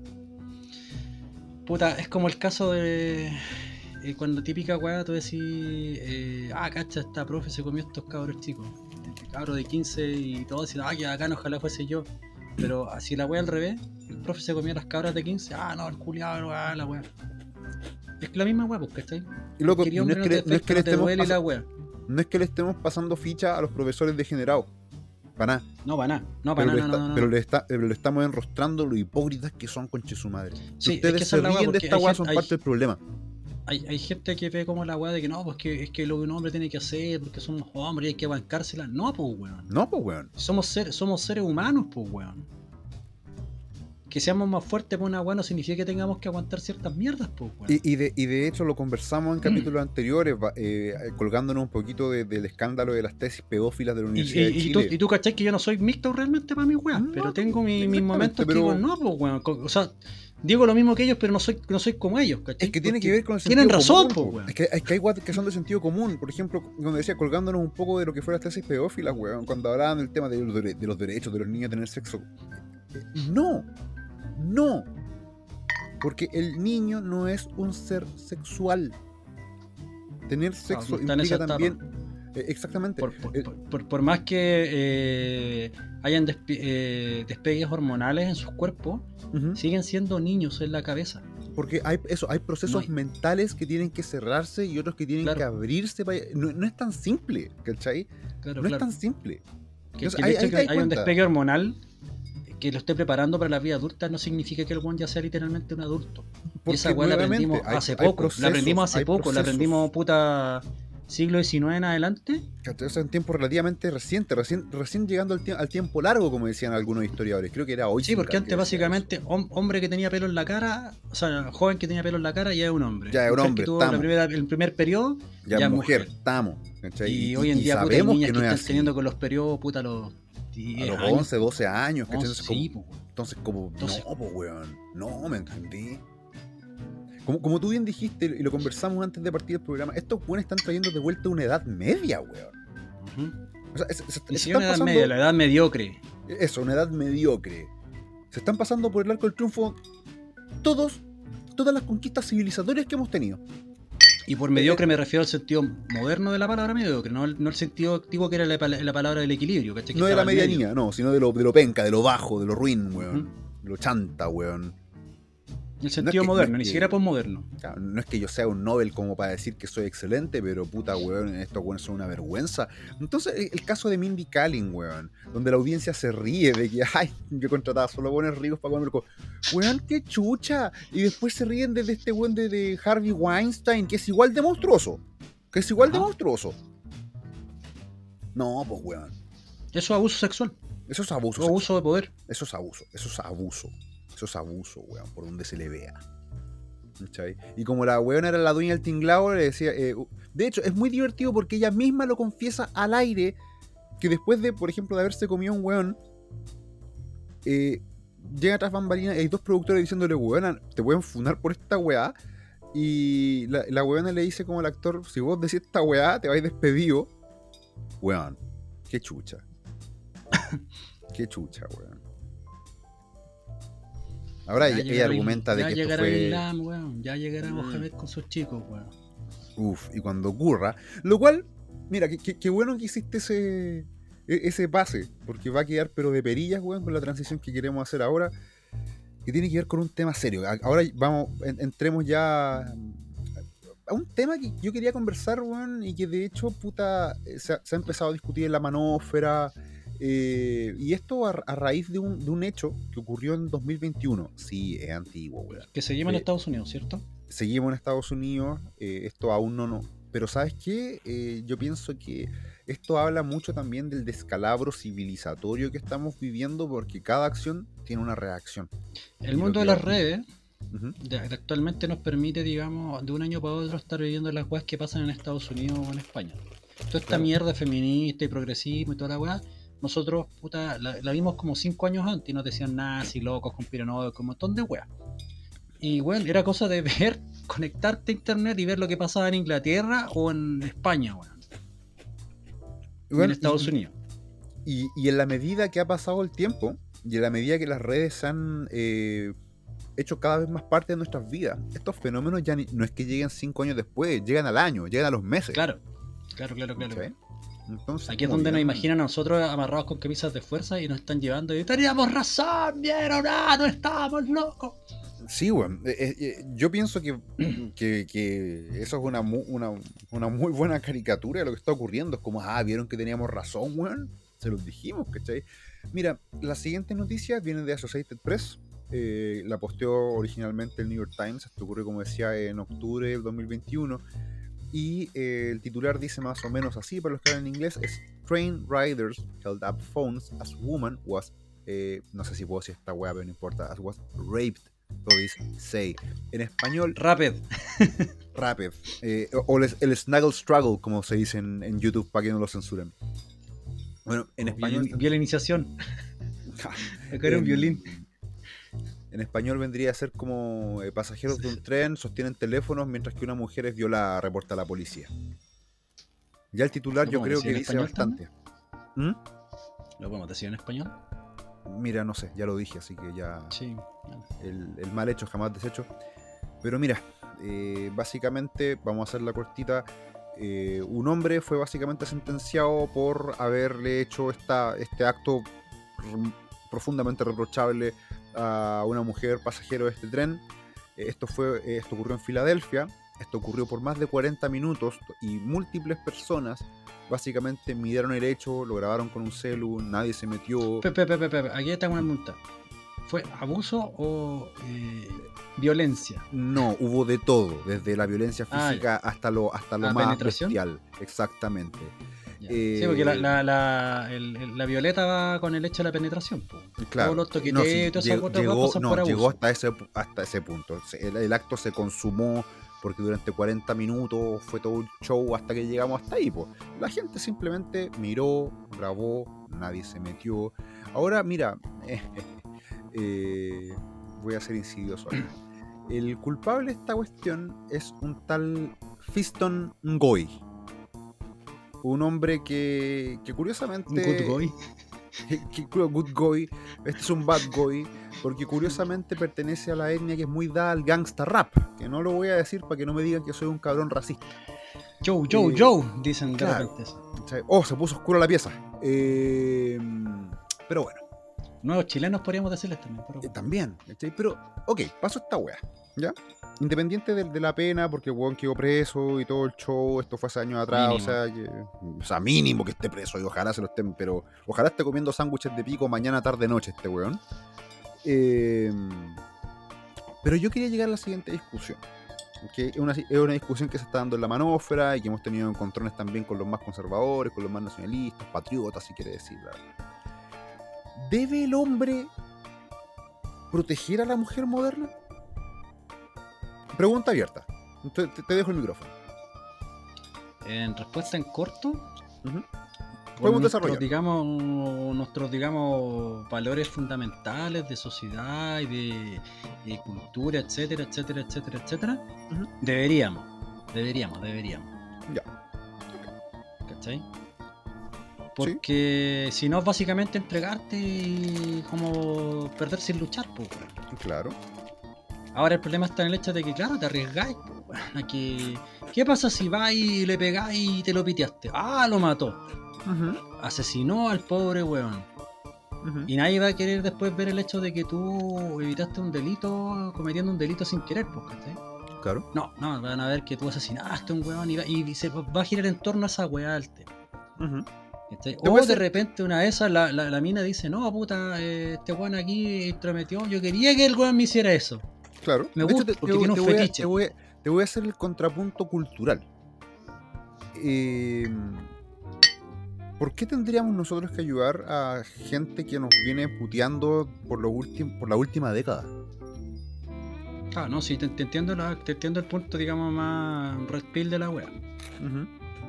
B: Puta, es como el caso de. eh, cuando típica weá, tú decís. eh, ah, cacha, esta profe se comió estos cabros chicos. Este cabro de quince y todos dicen, ah, que bacán, ojalá fuese yo. Pero así la weá al revés, el profe se comía las cabras de quince, ah, no, el culiado, ah, la weá. Es que la misma weá, pues, ¿cachai?
A: Y loco,
B: Quería
A: no es
B: hombre,
A: que
B: no
A: le-
B: te
A: no es que le
B: afecta, no te
A: estemos
B: duele y la
A: pasa-
B: weá.
A: no es que le estemos pasando ficha a los profesores degenerados, para nada.
B: No, para nada, no,
A: Pero,
B: para
A: le,
B: nada, no,
A: está-
B: no, no.
A: pero le está- pero le estamos enrostrando lo hipócritas que son, conche su madre. Si
B: Sí, es
A: ustedes
B: que esa
A: se
B: es la weá,
A: ríen de
B: porque
A: esta
B: hay
A: weá,
B: gente-
A: son
B: hay-
A: parte del problema.
B: Hay, hay gente que ve como la weá de que no, pues que es que lo que un hombre tiene que hacer, porque somos hombres y hay que bancársela. No, pues weón.
A: No, pues, weón.
B: Somos, ser, somos seres humanos, pues weón. Que seamos más fuertes por una weá no significa que tengamos que aguantar ciertas mierdas, pues weón.
A: Y, y de, y de hecho lo conversamos en capítulos anteriores, va- eh, colgándonos un poquito de- del escándalo de las tesis pedófilas de la
B: Y,
A: Universidad
B: y-
A: de
B: y tú,
A: Chile.
B: y tú cachai que yo no soy mixto realmente para mi weá,
A: No,
B: pero tengo mi- mis
A: exactamente,
B: momentos que
A: pero-
B: digo, no, pues weón. co- O sea, digo lo mismo que ellos, pero no soy, no soy como ellos, ¿cachai?
A: Es que tiene
B: Porque
A: que ver con el sentido
B: tienen razón,
A: común,
B: pues
A: po.
B: weón.
A: Es que, es que hay guas que son de sentido común. Por ejemplo, cuando decía, colgándonos un poco de lo que fueron las tesis pedófilas, weón, cuando hablaban del tema de los, dere- de los derechos de los niños a tener sexo. No, no. Porque el niño no es un ser sexual. Tener sexo
B: no está en esa
A: implica
B: etapa.
A: también. eh, exactamente.
B: Por, por-
A: Eh,
B: por- por- por más que eh, hayan despe- eh, despegues hormonales en sus cuerpos,
A: ujú.
B: siguen siendo niños en la cabeza.
A: Porque hay eso, hay procesos
B: No hay-
A: mentales que tienen que cerrarse y otros que tienen
B: Claro.
A: que abrirse. para- No, no es tan simple, ¿cachai?
B: Claro,
A: no
B: claro.
A: es tan simple.
B: Que,
A: Entonces,
B: que el
A: ahí-
B: hecho
A: ahí
B: que
A: te das
B: haya un
A: cuenta.
B: despegue hormonal que lo esté preparando para la vida adulta no significa que el buen ya sea literalmente un adulto. Y
A: Porque
B: esa weá la
A: nuevamente
B: aprendimos
A: hay-
B: hace
A: hay
B: poco.
A: procesos,
B: la aprendimos hace
A: hay
B: poco. La
A: procesos.
B: aprendimos puta siglo diecinueve en adelante.
A: ¿Cachai? O sea, en tiempo relativamente reciente, recién, recién llegando al, tie- al tiempo largo, como decían algunos historiadores. Creo que era hoy.
B: Sí, porque antes básicamente hom- hombre que tenía pelo en la cara, o sea, joven que tenía pelo en la cara ya es un hombre.
A: Ya es un
B: Mujer
A: hombre,
B: que tuvo la
A: estamos.
B: primera- el primer periodo
A: Ya,
B: ya es
A: mujer,
B: mujer.
A: estamos. ¿cachai?
B: Y, hoy en
A: y
B: día puta, hay
A: sabemos
B: niñas
A: que
B: que,
A: no es
B: están
A: así.
B: teniendo con los periodos puta a los
A: A
B: diez
A: los
B: años.
A: once, doce años. ¿cachai?
B: once,
A: Entonces, como,
B: sí, po, weón.
A: entonces, como
B: Entonces-
A: no, pues, weón. No, me entendí. Como, como tú bien dijiste, y lo conversamos antes de partir el programa, estos weones están trayendo de vuelta una edad media, weón.
B: Ujú.
A: O sea, es- es- se
B: Y
A: están
B: si una edad
A: pasando-
B: media, la edad mediocre.
A: Eso, una edad mediocre. Se están pasando por el arco del triunfo todos, todas las conquistas civilizatorias que hemos tenido.
B: Y por mediocre me refiero al sentido moderno de la palabra mediocre, no el, no el sentido activo que era la, pala- la palabra del equilibrio, ¿cachai? Que
A: No de la
B: estaba al medio.
A: medianía, no, sino de lo, de lo penca, de lo bajo, de lo ruin, weón.
B: Ujú.
A: De lo chanta, weón.
B: El sentido
A: que-
B: moderno,
A: no es
B: ni
A: que-
B: siquiera posmoderno.
A: Claro, no es que yo sea un Nobel como para decir que soy excelente, pero puta, weón, estos weones son una vergüenza. Entonces, el, el caso de Mindy Kaling, weón, donde la audiencia se ríe de que, ay, yo contrataba solo buenos ricos para comer. Weón, qué chucha. Y después se ríen desde este weón de, de Harvey Weinstein, que es igual de monstruoso. Que es igual de
B: Ajá.
A: monstruoso. No, pues, weón.
B: Eso es abuso sexual,
A: Eso es abuso.
B: o abuso de poder.
A: Eso es abuso, eso es abuso. Eso es abuso, weón, por donde se le vea. ¿Cachai? Y como la weona era la dueña del tinglao, le decía... eh, de hecho, es muy divertido porque ella misma lo confiesa al aire, que después de, por ejemplo, de haberse comido un weón, eh, llega tras bambalinas y hay dos productores diciéndole, weona, te pueden funar por esta weá. Y la, la weona le dice como al actor, si vos decís esta weá, te vais despedido. Weón, qué chucha. Qué chucha, weón. Ahora
B: Ya
A: ella, ella
B: llegará el-
A: argumenta de
B: ya
A: que esto
B: llegará el
A: fue...
B: Islam, weón. Ya llegará
A: Mm.
B: Mohamed con sus chicos, weón.
A: Uf, y cuando ocurra. Lo cual, mira, qué que, que bueno que hiciste ese, e- ese pase, porque va a quedar pero de perillas, weón, con la transición que queremos hacer ahora, que tiene que ver con un tema serio. A- Ahora vamos, en- entremos ya... a un tema que yo quería conversar, weón, y que de hecho, puta, eh, se ha, se ha empezado a discutir en la manósfera, eh, y esto a, a raíz de un, de un hecho que ocurrió en dos mil veintiuno. Sí, es antiguo, weón.
B: Que se lleva en
A: Eh,
B: Estados Unidos, ¿cierto?
A: Seguimos en Estados Unidos, eh, esto aún no, no. Pero ¿sabes qué? Eh, yo pienso que esto habla mucho también del descalabro civilizatorio que estamos viviendo, porque cada acción tiene una reacción.
B: El
A: Y
B: mundo
A: lo
B: de
A: que-
B: las redes
A: Ujú.
B: de- actualmente nos permite, digamos, de un año para otro estar viviendo las weas que pasan en Estados Unidos o en España. Toda esta
A: Claro.
B: mierda feminista y progresismo y toda la wea, nosotros, puta, la, la vimos como cinco años antes y nos decían nazis, locos, conspiranoicos, un montón de weas. Y bueno, era cosa de ver, conectarte a internet y ver lo que pasaba en Inglaterra o en España, weón.
A: Y
B: Y
A: bueno,
B: en Estados
A: y-
B: Unidos.
A: Y, y en la medida que ha pasado el tiempo, y en la medida que las redes se han eh, hecho cada vez más parte de nuestras vidas, estos fenómenos ya ni- no es que lleguen cinco años después, llegan al año, llegan a los meses.
B: Claro, claro, claro, claro.
A: ¿cachai? Entonces,
B: Aquí es
A: como
B: donde nos
A: bien-
B: imaginan a nosotros amarrados con camisas de fuerza y nos están llevando y teníamos razón, vieron, ah, no estábamos locos.
A: Sí, weón. Eh, eh, eh, yo pienso que, que, que eso es una, mu- una, una muy buena caricatura de lo que está ocurriendo. Es como, ah, vieron que teníamos razón, weón. Se los dijimos, ¿cachai? Mira, la siguiente noticia viene de Associated Press. Eh, la posteó originalmente el New York Times. Esto ocurrió, como decía, en octubre del dos mil veintiuno. Y eh, el titular dice más o menos así, para los que hablan en inglés, es Train riders held up phones as woman was, eh, no sé si puedo decir esta weá, pero no importa, as was raped, police say. En español,
B: Rapid.
A: rapid, eh, o o el, el snuggle struggle, como se dice en, en YouTube, para que no lo censuren. Bueno, en español...
B: Viol- Violinización. Acá era un
A: en-
B: violín.
A: En español vendría a ser como eh, pasajeros de un tren sostienen teléfonos mientras que una mujer es violada, reporta la policía. Ya el titular
B: ¿Lo
A: yo
B: podemos
A: creo
B: decir
A: que
B: en
A: dice
B: español
A: bastante. ¿Mm?
B: ¿Lo podemos decir en español?
A: Mira, no sé, ya lo dije, así que ya
B: Sí.
A: el, el mal hecho jamás deshecho. Pero mira, eh, básicamente, vamos a hacer la cortita. eh, un hombre fue básicamente sentenciado por haberle hecho esta, este acto r- profundamente reprochable a una mujer pasajero de este tren. Eh, esto, fue, eh, esto ocurrió en Filadelfia. Esto ocurrió por más de cuarenta minutos y múltiples personas básicamente midieron el hecho, lo grabaron con un celu, nadie se metió.
B: Pepe, pepe, pepe, aquí tengo una pregunta. ¿Fue abuso o eh, violencia?
A: No, hubo de todo, desde la violencia
B: Ah,
A: física hasta lo, hasta lo
B: ¿La
A: más
B: penetración?
A: bestial. Exactamente.
B: Ya.
A: Eh,
B: Sí, porque la, la, la, el- el- la violeta va con el hecho de la penetración. Po.
A: Claro.
B: Todos los
A: No,
B: toqueteos
A: sí,
B: y todas esas
A: llegó,
B: otras
A: llegó-
B: cosas pasan
A: no,
B: por abuso.
A: llegó hasta ese, pu- hasta ese punto. Se- El, el acto se consumó porque durante cuarenta minutos fue todo un show hasta que llegamos hasta ahí. Po. La gente simplemente miró, grabó, nadie se metió. Ahora, mira, eh, voy a ser insidioso acá. El culpable de esta cuestión es un tal Fiston Ngoy. Un hombre que, que curiosamente...
B: Un good boy.
A: que- que- good goy. Este es un bad goy. Porque curiosamente pertenece a la etnia que es muy dada al gangsta rap. Que no lo voy a decir para que no me digan que soy un cabrón racista.
B: Joe, Joe,
A: Eh,
B: Joe, dicen de
A: claro.
B: repente eso.
A: O sea, oh, se puso oscura la pieza. Eh, pero bueno.
B: Nuevos chilenos podríamos decirles también. Pero...
A: Eh, también, ¿cachai? Pero, ok, pasó esta wea, ¿ya? Independiente de, de la pena, porque el weón quedó preso y todo el show, esto fue hace años atrás,
B: Mínimo.
A: o sea, que, o sea, mínimo que esté preso y ojalá se lo estén, pero ojalá esté comiendo sándwiches de pico mañana, tarde, noche este weón. Eh, pero yo quería llegar a la siguiente discusión, que es una, es una discusión que se está dando en la manósfera y que hemos tenido encontrones también con los más conservadores, con los más nacionalistas, patriotas, si quiere decir, ¿verdad? ¿Debe el hombre proteger a la mujer moderna? Pregunta abierta. Te, te- te dejo el micrófono.
B: En respuesta en corto,
A: Ujú.
B: por
A: Podemos
B: nuestros,
A: desarrollar.
B: digamos, nuestros digamos valores fundamentales de sociedad y de, de cultura, etcétera, etcétera, etcétera, etcétera,
A: Ujú.
B: deberíamos, deberíamos, deberíamos.
A: Ya.
B: ¿Cachai? Porque si no es básicamente entregarte y como perder sin luchar, pues.
A: Claro.
B: Ahora el problema está en el hecho de que, claro, te arriesgáis, pues, weón, a que... ¿Qué pasa si vas y le pegáis y te lo piteaste? Ah, lo mató.
A: Ujú,
B: Asesinó al pobre weón.
A: ujú.
B: Y nadie va a querer después ver el hecho de que tú evitaste un delito cometiendo un delito sin querer, pues, ¿cachai?
A: Claro.
B: No, no, van a ver que tú asesinaste a un weón y, va, y se va a girar en torno a esa weá el tema.
A: Uh-huh.
B: O de ser... repente una de esas, la, la, la mina dice, no, puta, eh, este weón aquí intrometió, yo quería que el weón me hiciera eso.
A: Claro.
B: Me gusta,
A: de hecho, te,
B: porque
A: te,
B: tiene un
A: te voy
B: fetiche.
A: A, te, voy a, te voy a hacer el contrapunto cultural. Eh, ¿Por qué tendríamos nosotros que ayudar a gente que nos viene puteando por, lo ultim, por la última década?
B: Ah, no, sí, te, te, entiendo la, te entiendo el punto, digamos, más red pill de la wea.
A: Uh-huh.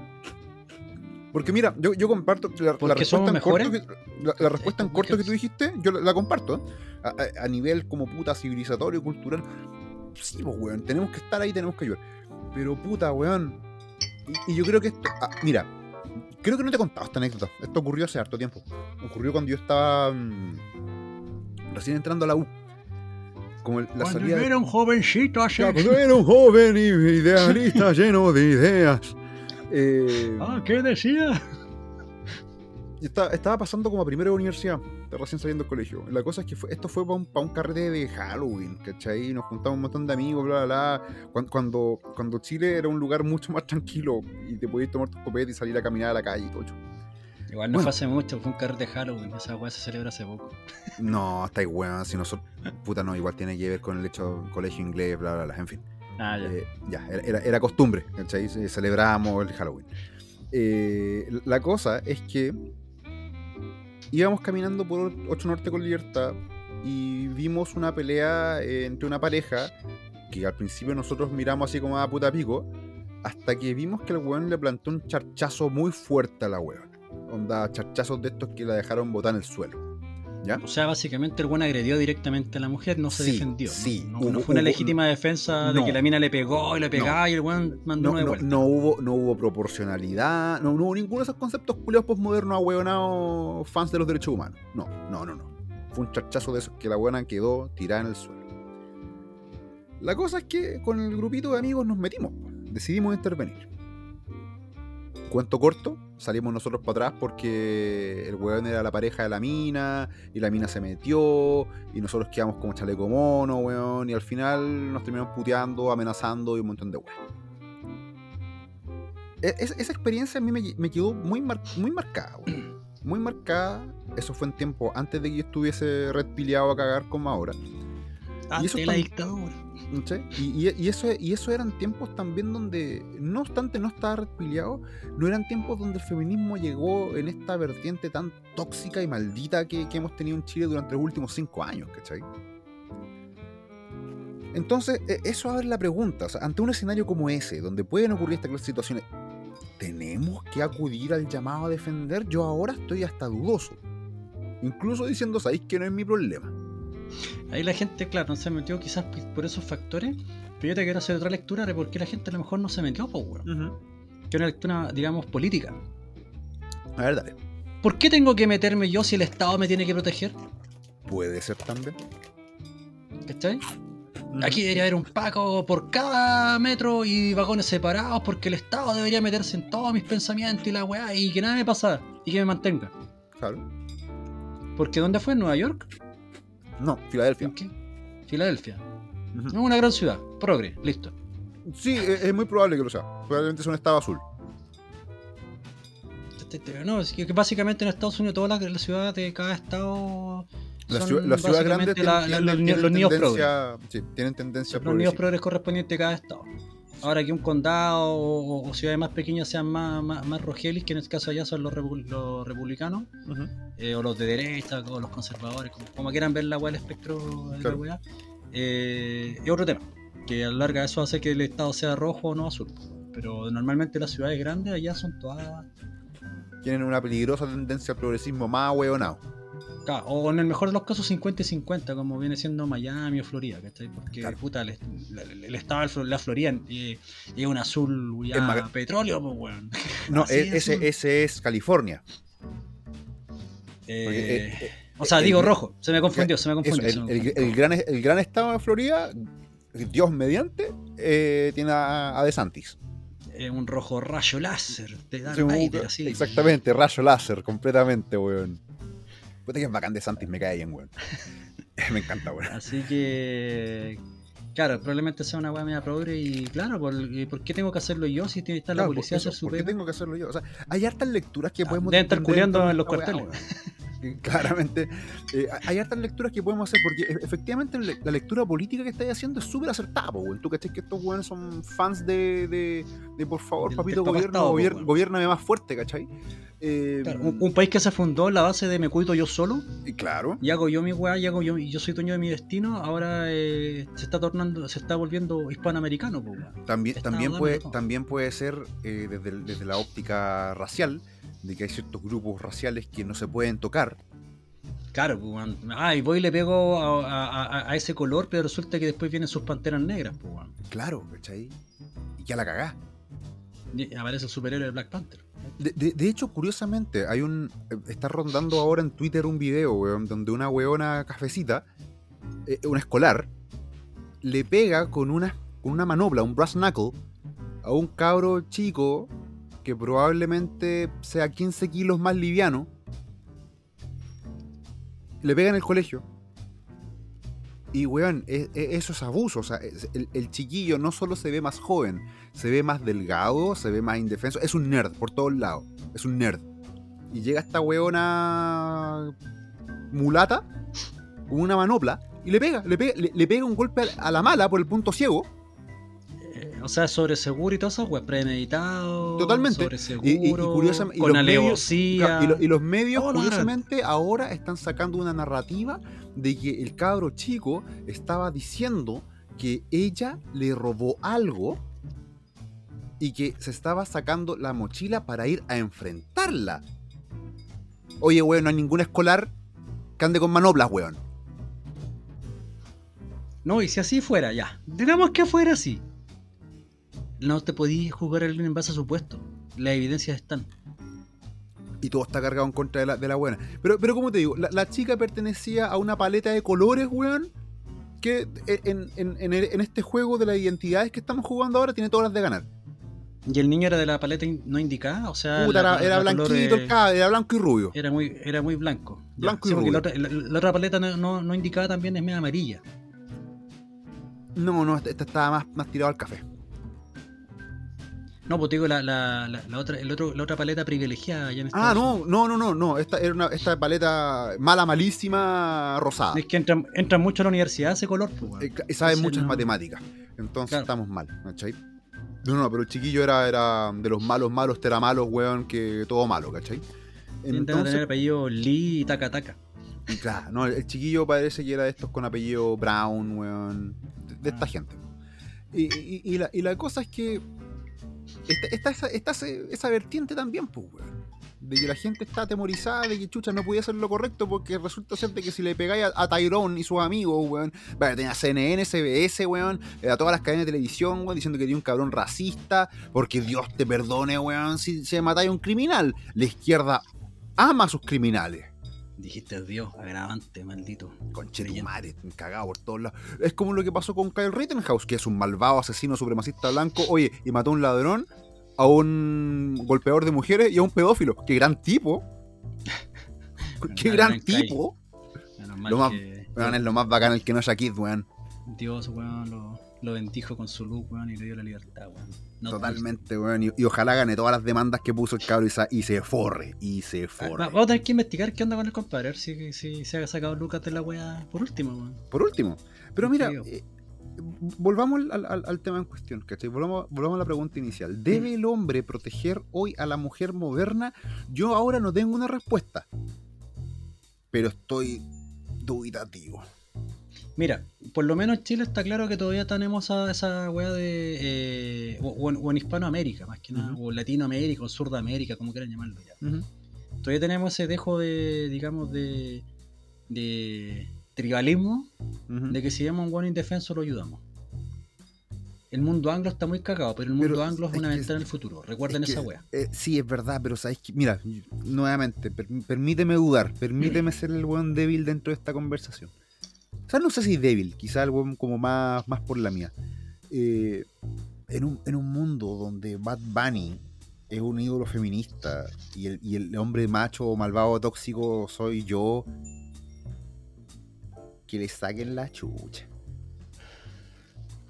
A: Porque mira, yo, yo comparto la, la respuesta, en corto, que, la, la respuesta en corto que tú dijiste, yo la, la comparto. A, a, a nivel como puta civilizatorio, cultural. Sí, pues weón, tenemos que estar ahí, tenemos que ayudar. Pero puta, weón. Y, y yo creo que esto... Ah, mira, creo que no te he contado esta anécdota. Esto ocurrió hace harto tiempo. Ocurrió cuando yo estaba mmm, recién entrando a la U. Como el, la
B: cuando
A: salida
B: yo era
A: de...
B: un jovencito hace...
A: Ya, cuando era un joven y idealista lleno de ideas. Eh,
B: ah, ¿qué decía?
A: Estaba, estaba pasando como a primera de universidad, recién saliendo del colegio. La cosa es que fue, esto fue para un, pa un carrete de Halloween, ¿cachai? Nos juntamos un montón de amigos, bla, bla, bla. Cuando, cuando, cuando Chile era un lugar mucho más tranquilo y te podías tomar tu copete y salir a caminar a la calle y todo.
B: Igual no bueno. Fue hace mucho, fue un carrete de Halloween, esa weá se celebra hace poco.
A: No, está igual, si nosotros... Puta, no, igual tiene que ver con el hecho colegio inglés, bla, bla, bla, en fin.
B: Ah, ya.
A: Eh, ya, era, era costumbre, ¿cachai? Celebrábamos el Halloween. Eh, la cosa es que íbamos caminando por ocho Norte con Libertad y vimos una pelea entre una pareja que al principio nosotros miramos así como a puta pico, hasta que vimos que el weón le plantó un charchazo muy fuerte a la weón. Onda, charchazos de estos que la dejaron botar en el suelo. ¿Ya?
B: O sea, básicamente el weón agredió directamente a la mujer, no se
A: sí,
B: defendió.
A: Sí,
B: no,
A: hubo,
B: no fue una
A: hubo,
B: legítima defensa
A: no,
B: de que la mina le pegó y le pegaba no, y el weón mandó
A: no,
B: una de
A: no,
B: vuelta.
A: No hubo, no hubo proporcionalidad, no, no hubo ninguno de esos conceptos culiados postmodernos ahueonados fans de los derechos humanos. No, no, no, no. Fue un charchazo de esos que la buena quedó tirada en el suelo. La cosa es que con el grupito de amigos nos metimos, decidimos intervenir. Cuento corto, salimos nosotros para atrás porque el weón era la pareja de la mina y la mina se metió y nosotros quedamos como chaleco mono, weón, y al final nos terminamos puteando, amenazando y un montón de weón. Es, esa experiencia a mí me, me quedó muy, mar, muy marcada, weón. Muy marcada. Eso fue en tiempo antes de que yo estuviese red pileado a cagar como ahora.
B: Antes de la dictadura.
A: ¿Sí? Y, y, y, eso, y eso eran tiempos también donde, no obstante no estaba repiliado, no eran tiempos donde el feminismo llegó en esta vertiente tan tóxica y maldita que, que hemos tenido en Chile durante los últimos cinco años, ¿cachai? Entonces, eso abre la pregunta, o sea, ante un escenario como ese, donde pueden ocurrir estas clases de situaciones, ¿tenemos que acudir al llamado a defender? Yo ahora estoy hasta dudoso, incluso diciendo, ¿sabéis que no es mi problema?
B: Ahí la gente, claro, no se metió quizás por esos factores, pero yo te quiero hacer otra lectura de por qué la gente a lo mejor no se metió, pues, weón. Uh-huh. Que es una lectura, digamos, política.
A: A ver, dale.
B: ¿Por qué tengo que meterme yo si el Estado me tiene que proteger?
A: Puede ser también.
B: ¿Cachai? Uh-huh. Aquí debería haber un Paco por cada metro y vagones separados porque el Estado debería meterse en todos mis pensamientos y la weá y que nada me pasa y que me mantenga.
A: Claro.
B: ¿Porque dónde fue? ¿En Nueva York?
A: No, Filadelfia.
B: ¿En qué? Filadelfia. Uh-huh. Es una gran ciudad. Progre, listo.
A: Sí, es, es muy probable que lo sea. Probablemente es un estado azul.
B: No, es que básicamente en Estados Unidos todas las, las ciudades de cada estado
A: la son ciudad, las ciudades grandes
B: la, la, la, tienen, los niños progres.
A: Sí, tienen tendencia
B: a los niños progres correspondientes de cada estado. Ahora que un condado o, o ciudades más pequeñas sean más, más, más rogelis, que en este caso allá son los, repu- los republicanos, uh-huh. eh, o los de derecha, o los conservadores, como, como quieran ver la weá, el espectro de claro. la weá, eh, es otro tema, que a la larga eso hace que el estado sea rojo o no azul. Pero normalmente las ciudades grandes allá son todas...
A: Tienen una peligrosa tendencia al progresismo más hueonado.
B: Claro, o en el mejor de los casos cincuenta y cincuenta, como viene siendo Miami o Florida, ¿cachai? Porque claro. puta, el, el, el estado de la Florida es eh, un azul ya mag... petróleo, pues weón.
A: No, es, ese, ese es California.
B: Eh, Porque, eh, eh, o sea, el, digo el, rojo, se me confundió, se me confundió.
A: Eso,
B: se me
A: el,
B: confundió.
A: El, el, gran, el gran estado de Florida, Dios mediante, eh, tiene a, a DeSantis.
B: Eh, un rojo rayo láser, te da sí,
A: Vader, así. Exactamente, rayo láser, completamente, weón. Puta que es bacán de Santis, me cae bien, weón. Me encanta, weón.
B: Así que... Claro, probablemente sea una weá media progre y claro, ¿por, y ¿por qué tengo que hacerlo yo si tiene que estar la
A: Claro,
B: policía a
A: eso,
B: hacer su
A: ¿por qué
B: pega?
A: tengo que hacerlo yo? O sea, hay hartas lecturas que
B: Ah,
A: podemos
B: deben estar
A: desprender en torno
B: culeando
A: a
B: en los
A: esta weá,
B: cuarteles.
A: weón. Y claramente, eh, hay hartas lecturas que podemos hacer porque e- efectivamente le- la lectura política que estáis haciendo es súper acertada, po, weón. Tú cachai que estos weones son fans de, de, de por favor,
B: Del, del
A: papito
B: papá
A: gobierno,
B: Estado, pues,
A: gobier-
B: weón.
A: gobiername más fuerte, ¿cachai? Eh,
B: Claro, un, un país que se fundó en la base de me cuido yo solo
A: y claro,
B: y hago yo mi weá y hago yo y yo soy dueño de mi destino, ahora eh, se está tornando, se está volviendo hispanoamericano, pues, weón.
A: también,
B: Está
A: también,
B: dándolo
A: puede,
B: todo.
A: también puede ser eh, desde, el- desde la óptica racial, de que hay ciertos grupos raciales que no se pueden tocar.
B: Claro, pues, weón. Ah, y voy y le pego a, a- a- a ese color, pero resulta que después vienen sus panteras negras, pues, weón.
A: Claro, ¿cachai? Y ya la cagá.
B: Y aparece el superhéroe de Black Panther.
A: De, de- de hecho, curiosamente, hay un. eh, está rondando ahora en Twitter un video, weón, donde una weona cafecita, eh, una escolar, le pega con una, con una manopla, un brass knuckle, a un cabro chico que probablemente sea quince kilos más liviano. Le pega en el colegio. Y, weón, e- e- eso es abuso. O sea, es- el, el chiquillo no solo se ve más joven, se ve más delgado, se ve más indefenso. Es un nerd por todos lados. Es un nerd. Y llega esta weona mulata con una manopla y le pega, le pega, le, le pega un golpe a la mala por el punto ciego.
B: Eh, o sea, sobre seguro y todo eso, pues premeditado,
A: Totalmente.
B: sobre
A: Y, y- y
B: seguro,
A: curiosamente, y
B: con
A: los medios,
B: alevosía.
A: y, lo- y los medios,
B: Todo lo
A: curiosamente, ahora están sacando una narrativa de que el cabro chico estaba diciendo que ella le robó algo y que se estaba sacando la mochila para ir a enfrentarla. Oye, weón, no hay ningún escolar que ande con manoplas, weón.
B: No, y si así fuera, ya. Digamos que fuera así. No te podías jugar el en base a su puesto. Las evidencias están.
A: Y todo está cargado en contra de la, de la buena. Pero, pero como te digo, la, la chica pertenecía a una paleta de colores, weón, que en, en, en, el- en este juego de las identidades que estamos jugando ahora tiene todas las de ganar.
B: Y el niño era de la paleta in- no indicada, o sea,
A: Puta,
B: la-
A: era,
B: la-
A: era
B: la color,
A: blanquito el
B: eh,
A: cabro, era blanco y rubio.
B: era muy, era muy blanco. Ya.
A: Blanco y
B: Sí, porque
A: rubio.
B: la otra, la- la otra paleta no, no, no indicada también es media amarilla.
A: No, no, esta, esta estaba más, más tirado al café.
B: No, pues te digo, la, la, la, la otra, el otro, la otra paleta privilegiada allá en Estados
A: Ah,
B: Unidos.
A: no, no, no, no, no. Esta era una esta paleta mala, malísima, rosada.
B: Es que entran, entran mucho a la universidad ese color, pues, weón.
A: Eh, ca- y sabe
B: Entonces,
A: muchas
B: no.
A: matemáticas. Entonces
B: Claro.
A: estamos mal, ¿cachai? No, no, pero el chiquillo era, era de los malos, malos, teramalos, weón, que todo malo, ¿cachai?
B: Tienden a
A: Entonces,
B: tener apellido Lee y Taca Taca.
A: y claro, no, el chiquillo parece que era de estos con apellido Brown, weón, de, de esta
B: Ah.
A: gente. Y, y- y la, y la cosa es que está, está esa, está ese- esa vertiente también, pues, weón. De que la gente está atemorizada de que chucha no podía hacer lo correcto porque resulta ser de que si le pegáis a, a Tyrone y sus amigos, weón, vaya, tenía C N N, C B S, weón, eh, a todas las cadenas de televisión, weón, diciendo que era un cabrón racista, porque Dios te perdone, weón, si se matáis a un criminal. La izquierda ama a sus criminales.
B: Dijiste Dios, agravante, maldito.
A: Conchetumare, cagado por todos lados. Es como lo que pasó con Kyle Rittenhouse, que es un malvado asesino supremacista blanco, oye, y mató a un ladrón, a un golpeador de mujeres y a un pedófilo. ¡Qué gran tipo! ¡Qué
B: Menos
A: gran
B: mal, Kyle.
A: tipo!
B: Menos mal
A: Lo más,
B: que
A: weón, es lo más bacán el que no haya Kid, weón.
B: Dios, weón, lo, lo bendijo con su luz, weón, y le dio la libertad, weón. No,
A: Totalmente, weón. Y, y ojalá gane todas las demandas que puso el cabro y, sa- y se forre. Y se
B: Ah,
A: forre.
B: va- Vamos a tener que investigar qué onda con el compadre, a ver si, si se ha sacado Lucas de la wea por último, weón.
A: Por último. Pero mira,
B: Sí,
A: eh, volvamos al, al- al tema en cuestión, ¿cachai? Volvamos, volvamos a la pregunta inicial. ¿Debe el hombre proteger hoy a la mujer moderna? Yo ahora no tengo una respuesta. Pero estoy dubitativo.
B: Mira, por lo menos en Chile está claro que todavía tenemos esa, esa weá de. Eh, o, o en, o en Hispanoamérica, más que nada,
A: Ujú.
B: o Latinoamérica, o Sudamérica, como quieran llamarlo ya.
A: Ujú.
B: Todavía tenemos ese dejo de, digamos, de. de tribalismo,
A: Ujú.
B: de que si vemos a un buen indefenso lo ayudamos. El mundo anglo está muy cagado, pero el mundo
A: Pero
B: anglo es
A: es
B: una
A: que-
B: ventana al futuro. Recuerden
A: Es que,
B: esa wea.
A: eh, sí, es verdad, pero sabes que, mira, nuevamente, per- permíteme dudar, permíteme ser el buen débil dentro de esta conversación. O sea, no sé si débil, quizá el buen como más, más por la mía. Eh, en, un, en un mundo donde Bad Bunny es un ídolo feminista y el, y el hombre macho, malvado, tóxico soy yo, que le saquen la chucha.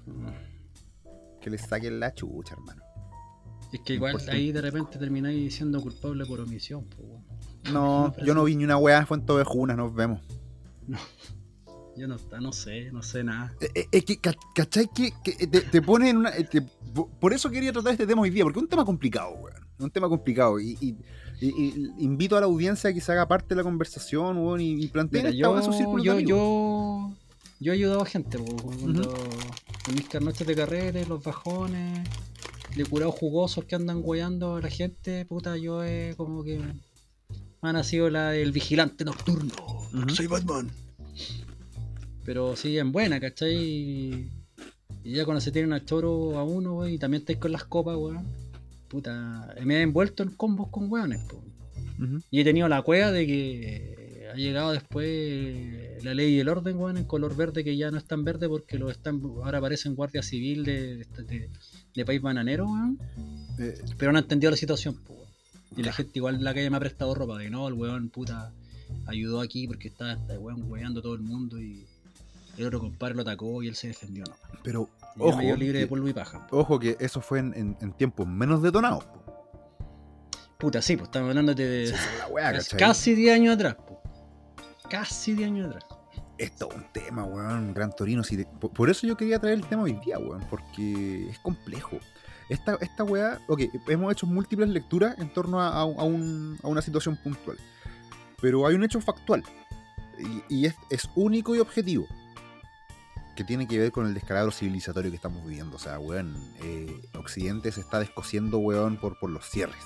A: Que le saquen la chucha, hermano.
B: Es que igual
A: Importante.
B: ahí de repente termináis siendo culpable por omisión, pues, weón.
A: No,
B: Me
A: yo no
B: parece-
A: vi ni una weá, fue en Tobejunas, nos vemos.
B: Yo no, no sé, no sé nada.
A: Eh, eh, Es que, ca- ¿cachai? Que, que te, te pone en una. eh, te- por eso quería tratar este tema hoy día, porque es un tema complicado, weón. Es un tema complicado. Y, y- y- y invito a la audiencia a que se haga parte de la conversación, weón, y, y planteen
B: Mira,
A: esta weá en
B: yo,
A: sus círculos de
B: yo,
A: amigos.
B: yo, yo he ayudado a gente, po, cuando en mis carnoches de carrete, los bajones, de curados jugosos que andan guayando a la gente, puta, yo he como que me ha nacido la, el vigilante nocturno.
A: Ujú.
B: Soy Batman. Pero sí, en buena, ¿cachai? Y, y ya cuando se tienen a choro a uno, wey, y también estáis con las copas, weón. Puta, me he envuelto en combos con weones, po.
A: Ujú.
B: Y he tenido la cueva de que ha llegado después la ley y el orden, weón, en color verde, que ya no es tan verde porque lo están, ahora aparecen guardia civil de, de, de país bananero, weón.
A: Eh,
B: Pero no han entendido la situación, po, weón. Y la
A: Ya.
B: gente igual en la calle me ha prestado ropa de no, el weón puta ayudó aquí porque estaba este weón weando todo el mundo y el otro compadre lo atacó y él se defendió, no.
A: pero,
B: Y yo
A: ojo,
B: me dio libre de
A: que,
B: polvo y paja. po.
A: ojo que eso fue en, en- en tiempos menos detonados. po.
B: Puta, sí, pues estamos hablando de
A: Sí, esa es la weá,
B: es
A: ¿cachai?
B: casi diez años atrás, po. Casi diez años atrás.
A: Es todo un tema, weón, Gran Torino. Si te- por, por eso yo quería traer el tema hoy día, weón, porque es complejo. Esta, esta weá, ok, hemos hecho múltiples lecturas en torno a, a un- a una situación puntual, pero hay un hecho factual, y, y es, es único y objetivo, que tiene que ver con el descalabro civilizatorio que estamos viviendo. O sea, weón, eh, Occidente se está descosiendo, weón, por, por los cierres.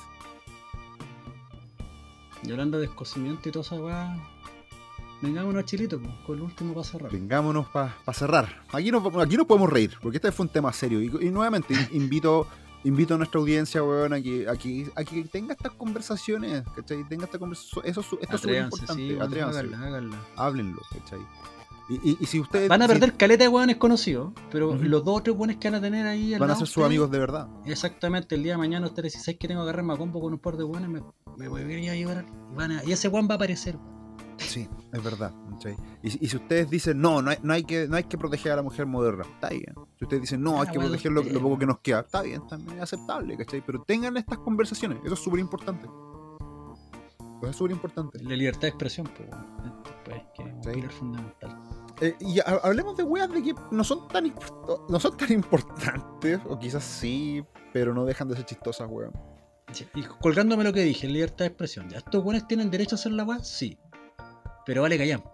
B: Y hablando de escocimiento y toda esa weá, vengámonos a Chilito, po, con el último para cerrar.
A: Vengámonos para cerrar. Aquí no, aquí no podemos reír, porque este fue un tema serio. Y, y nuevamente, invito, invito a nuestra audiencia, weón, a que, a que, a que tenga estas conversaciones, ¿cachai? Tenga esta conversación. Eso, es su- esto es súper
B: Atrévanse,
A: importante.
B: sí, weón,
A: Atrévanse.
B: háganla, háganla.
A: Háblenlo, ¿cachai? Y, y, y si ustedes
B: Van a
A: si
B: perder caleta de weones conocidos, pero
A: Ujú.
B: los dos o tres weones que van a tener ahí al
A: van a
B: lado
A: ser
B: de
A: sus
B: ustedes,
A: amigos de verdad.
B: exactamente, el día de mañana ustedes si sabéis que tengo que agarrarme a combo con un par de weones, me, me voy a venir a llevar y, van a- y ese weón va a aparecer.
A: Sí, es verdad, ¿cachai? Y, y si ustedes dicen, no, no hay, no, hay que, no hay que proteger a la mujer moderna, está bien. Si ustedes dicen, no,
B: Ah,
A: hay que
B: bueno,
A: proteger lo,
B: usted,
A: lo poco
B: weón.
A: que nos queda, está bien, también es aceptable, ¿cachai? Pero tengan estas conversaciones, eso es súper importante. Eso es súper importante.
B: La libertad de expresión, pues, weón. Pues, que es un
A: Sí.
B: pilar fundamental.
A: Eh, y ha- hablemos de weas de que no son tan import- no son tan importantes, o quizás sí, pero no dejan de ser chistosas, weón.
B: Sí, y colgándome lo que dije, libertad de expresión. ¿Ya estos weones tienen derecho a hacer la weá? Sí. Pero vale callampa.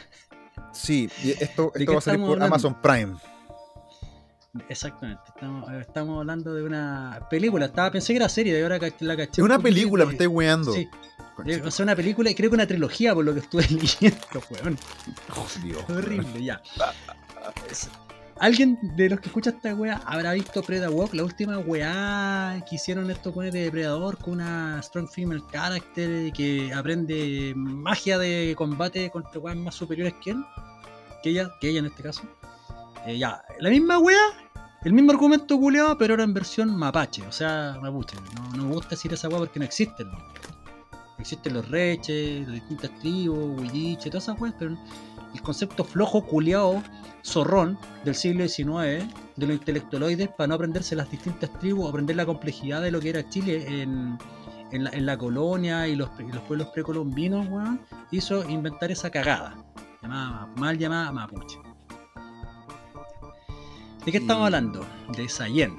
A: Sí, y esto,
B: ¿De
A: esto
B: qué
A: va a salir
B: estamos
A: por
B: hablando?
A: Amazon Prime.
B: Exactamente. Estamos, estamos hablando de una película. Estaba, pensé que era serie, de ahora cach- la caché.
A: Es
B: un
A: una
B: poquito
A: película,
B: de-
A: me estáis weando.
B: Sí,
A: Conchito.
B: va a ser una película y creo que una trilogía por lo que estuve leyendo, weón.
A: Oh, Dios, weón.
B: Horrible, ya. Es- ¿Alguien de los que escucha esta weá habrá visto Predawalk, la última weá que hicieron estos weones de Depredador con una strong female character que aprende magia de combate contra weas más superiores que él? Que ella, que ella en este caso. Eh, ya, la misma weá, el mismo argumento culeado, pero ahora en versión mapache, o sea, mapuche. No, no me gusta decir esa weá porque no existen. ¿No? Existen los reches, las distintas tribus, huilliche, todas esas weas, pero el concepto flojo, culeado, zorrón del siglo diecinueve, de los intelectualoides, para no aprenderse las distintas tribus, aprender la complejidad de lo que era Chile en, en, la, en la colonia y los, y los pueblos precolombinos, weón, hizo inventar esa cagada, llamada, mal llamada mapuche. ¿De qué estamos
A: Y-
B: hablando? De Sayen.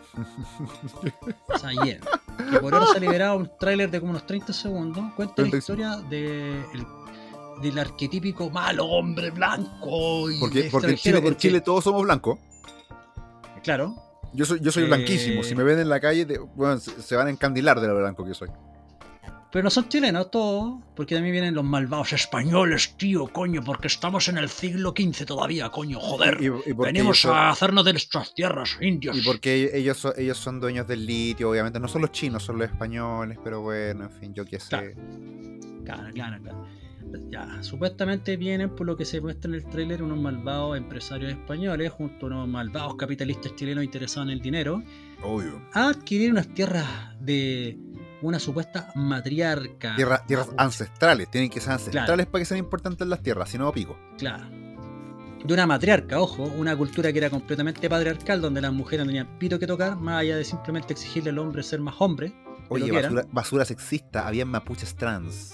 B: Sayen. Que por ahora se ha liberado un tráiler de como unos treinta segundos. Cuenta
A: treinta
B: la
A: y cinco.
B: historia de el- del arquetípico malo hombre blanco y
A: Porque, porque en,
B: extranjero.
A: Chile, en
B: porque-
A: Chile todos somos blancos.
B: Claro.
A: Yo soy, yo soy
B: Eh,
A: blanquísimo. Si me ven en la calle, te- bueno, se, se van a encandilar de lo blanco que soy.
B: Pero no son chilenos todos, porque también vienen los malvados españoles, tío, coño, porque estamos en el siglo quince todavía, coño, joder.
A: Y, y porque
B: Venimos
A: ellos son-
B: a hacernos de nuestras tierras, indios.
A: y porque ellos son, ellos son dueños del litio, obviamente. No son los chinos, son los españoles, pero bueno, en fin, yo qué sé.
B: Claro. Claro, claro, claro. Ya, supuestamente vienen, por lo que se muestra en el tráiler, unos malvados empresarios españoles junto a unos malvados capitalistas chilenos interesados en el dinero
A: Obvio.
B: a adquirir unas tierras de una supuesta matriarca.
A: Tierra- tierras
B: mapuche.
A: ancestrales, tienen que ser ancestrales
B: Claro.
A: para que sean importantes las tierras, si no pico.
B: Claro. de una matriarca, ojo, una cultura que era completamente patriarcal, donde las mujeres no tenían pito que tocar, más allá de simplemente exigirle al hombre ser más hombre.
A: Oye,
B: lo que
A: basura,
B: eran.
A: basura sexista, había mapuches trans.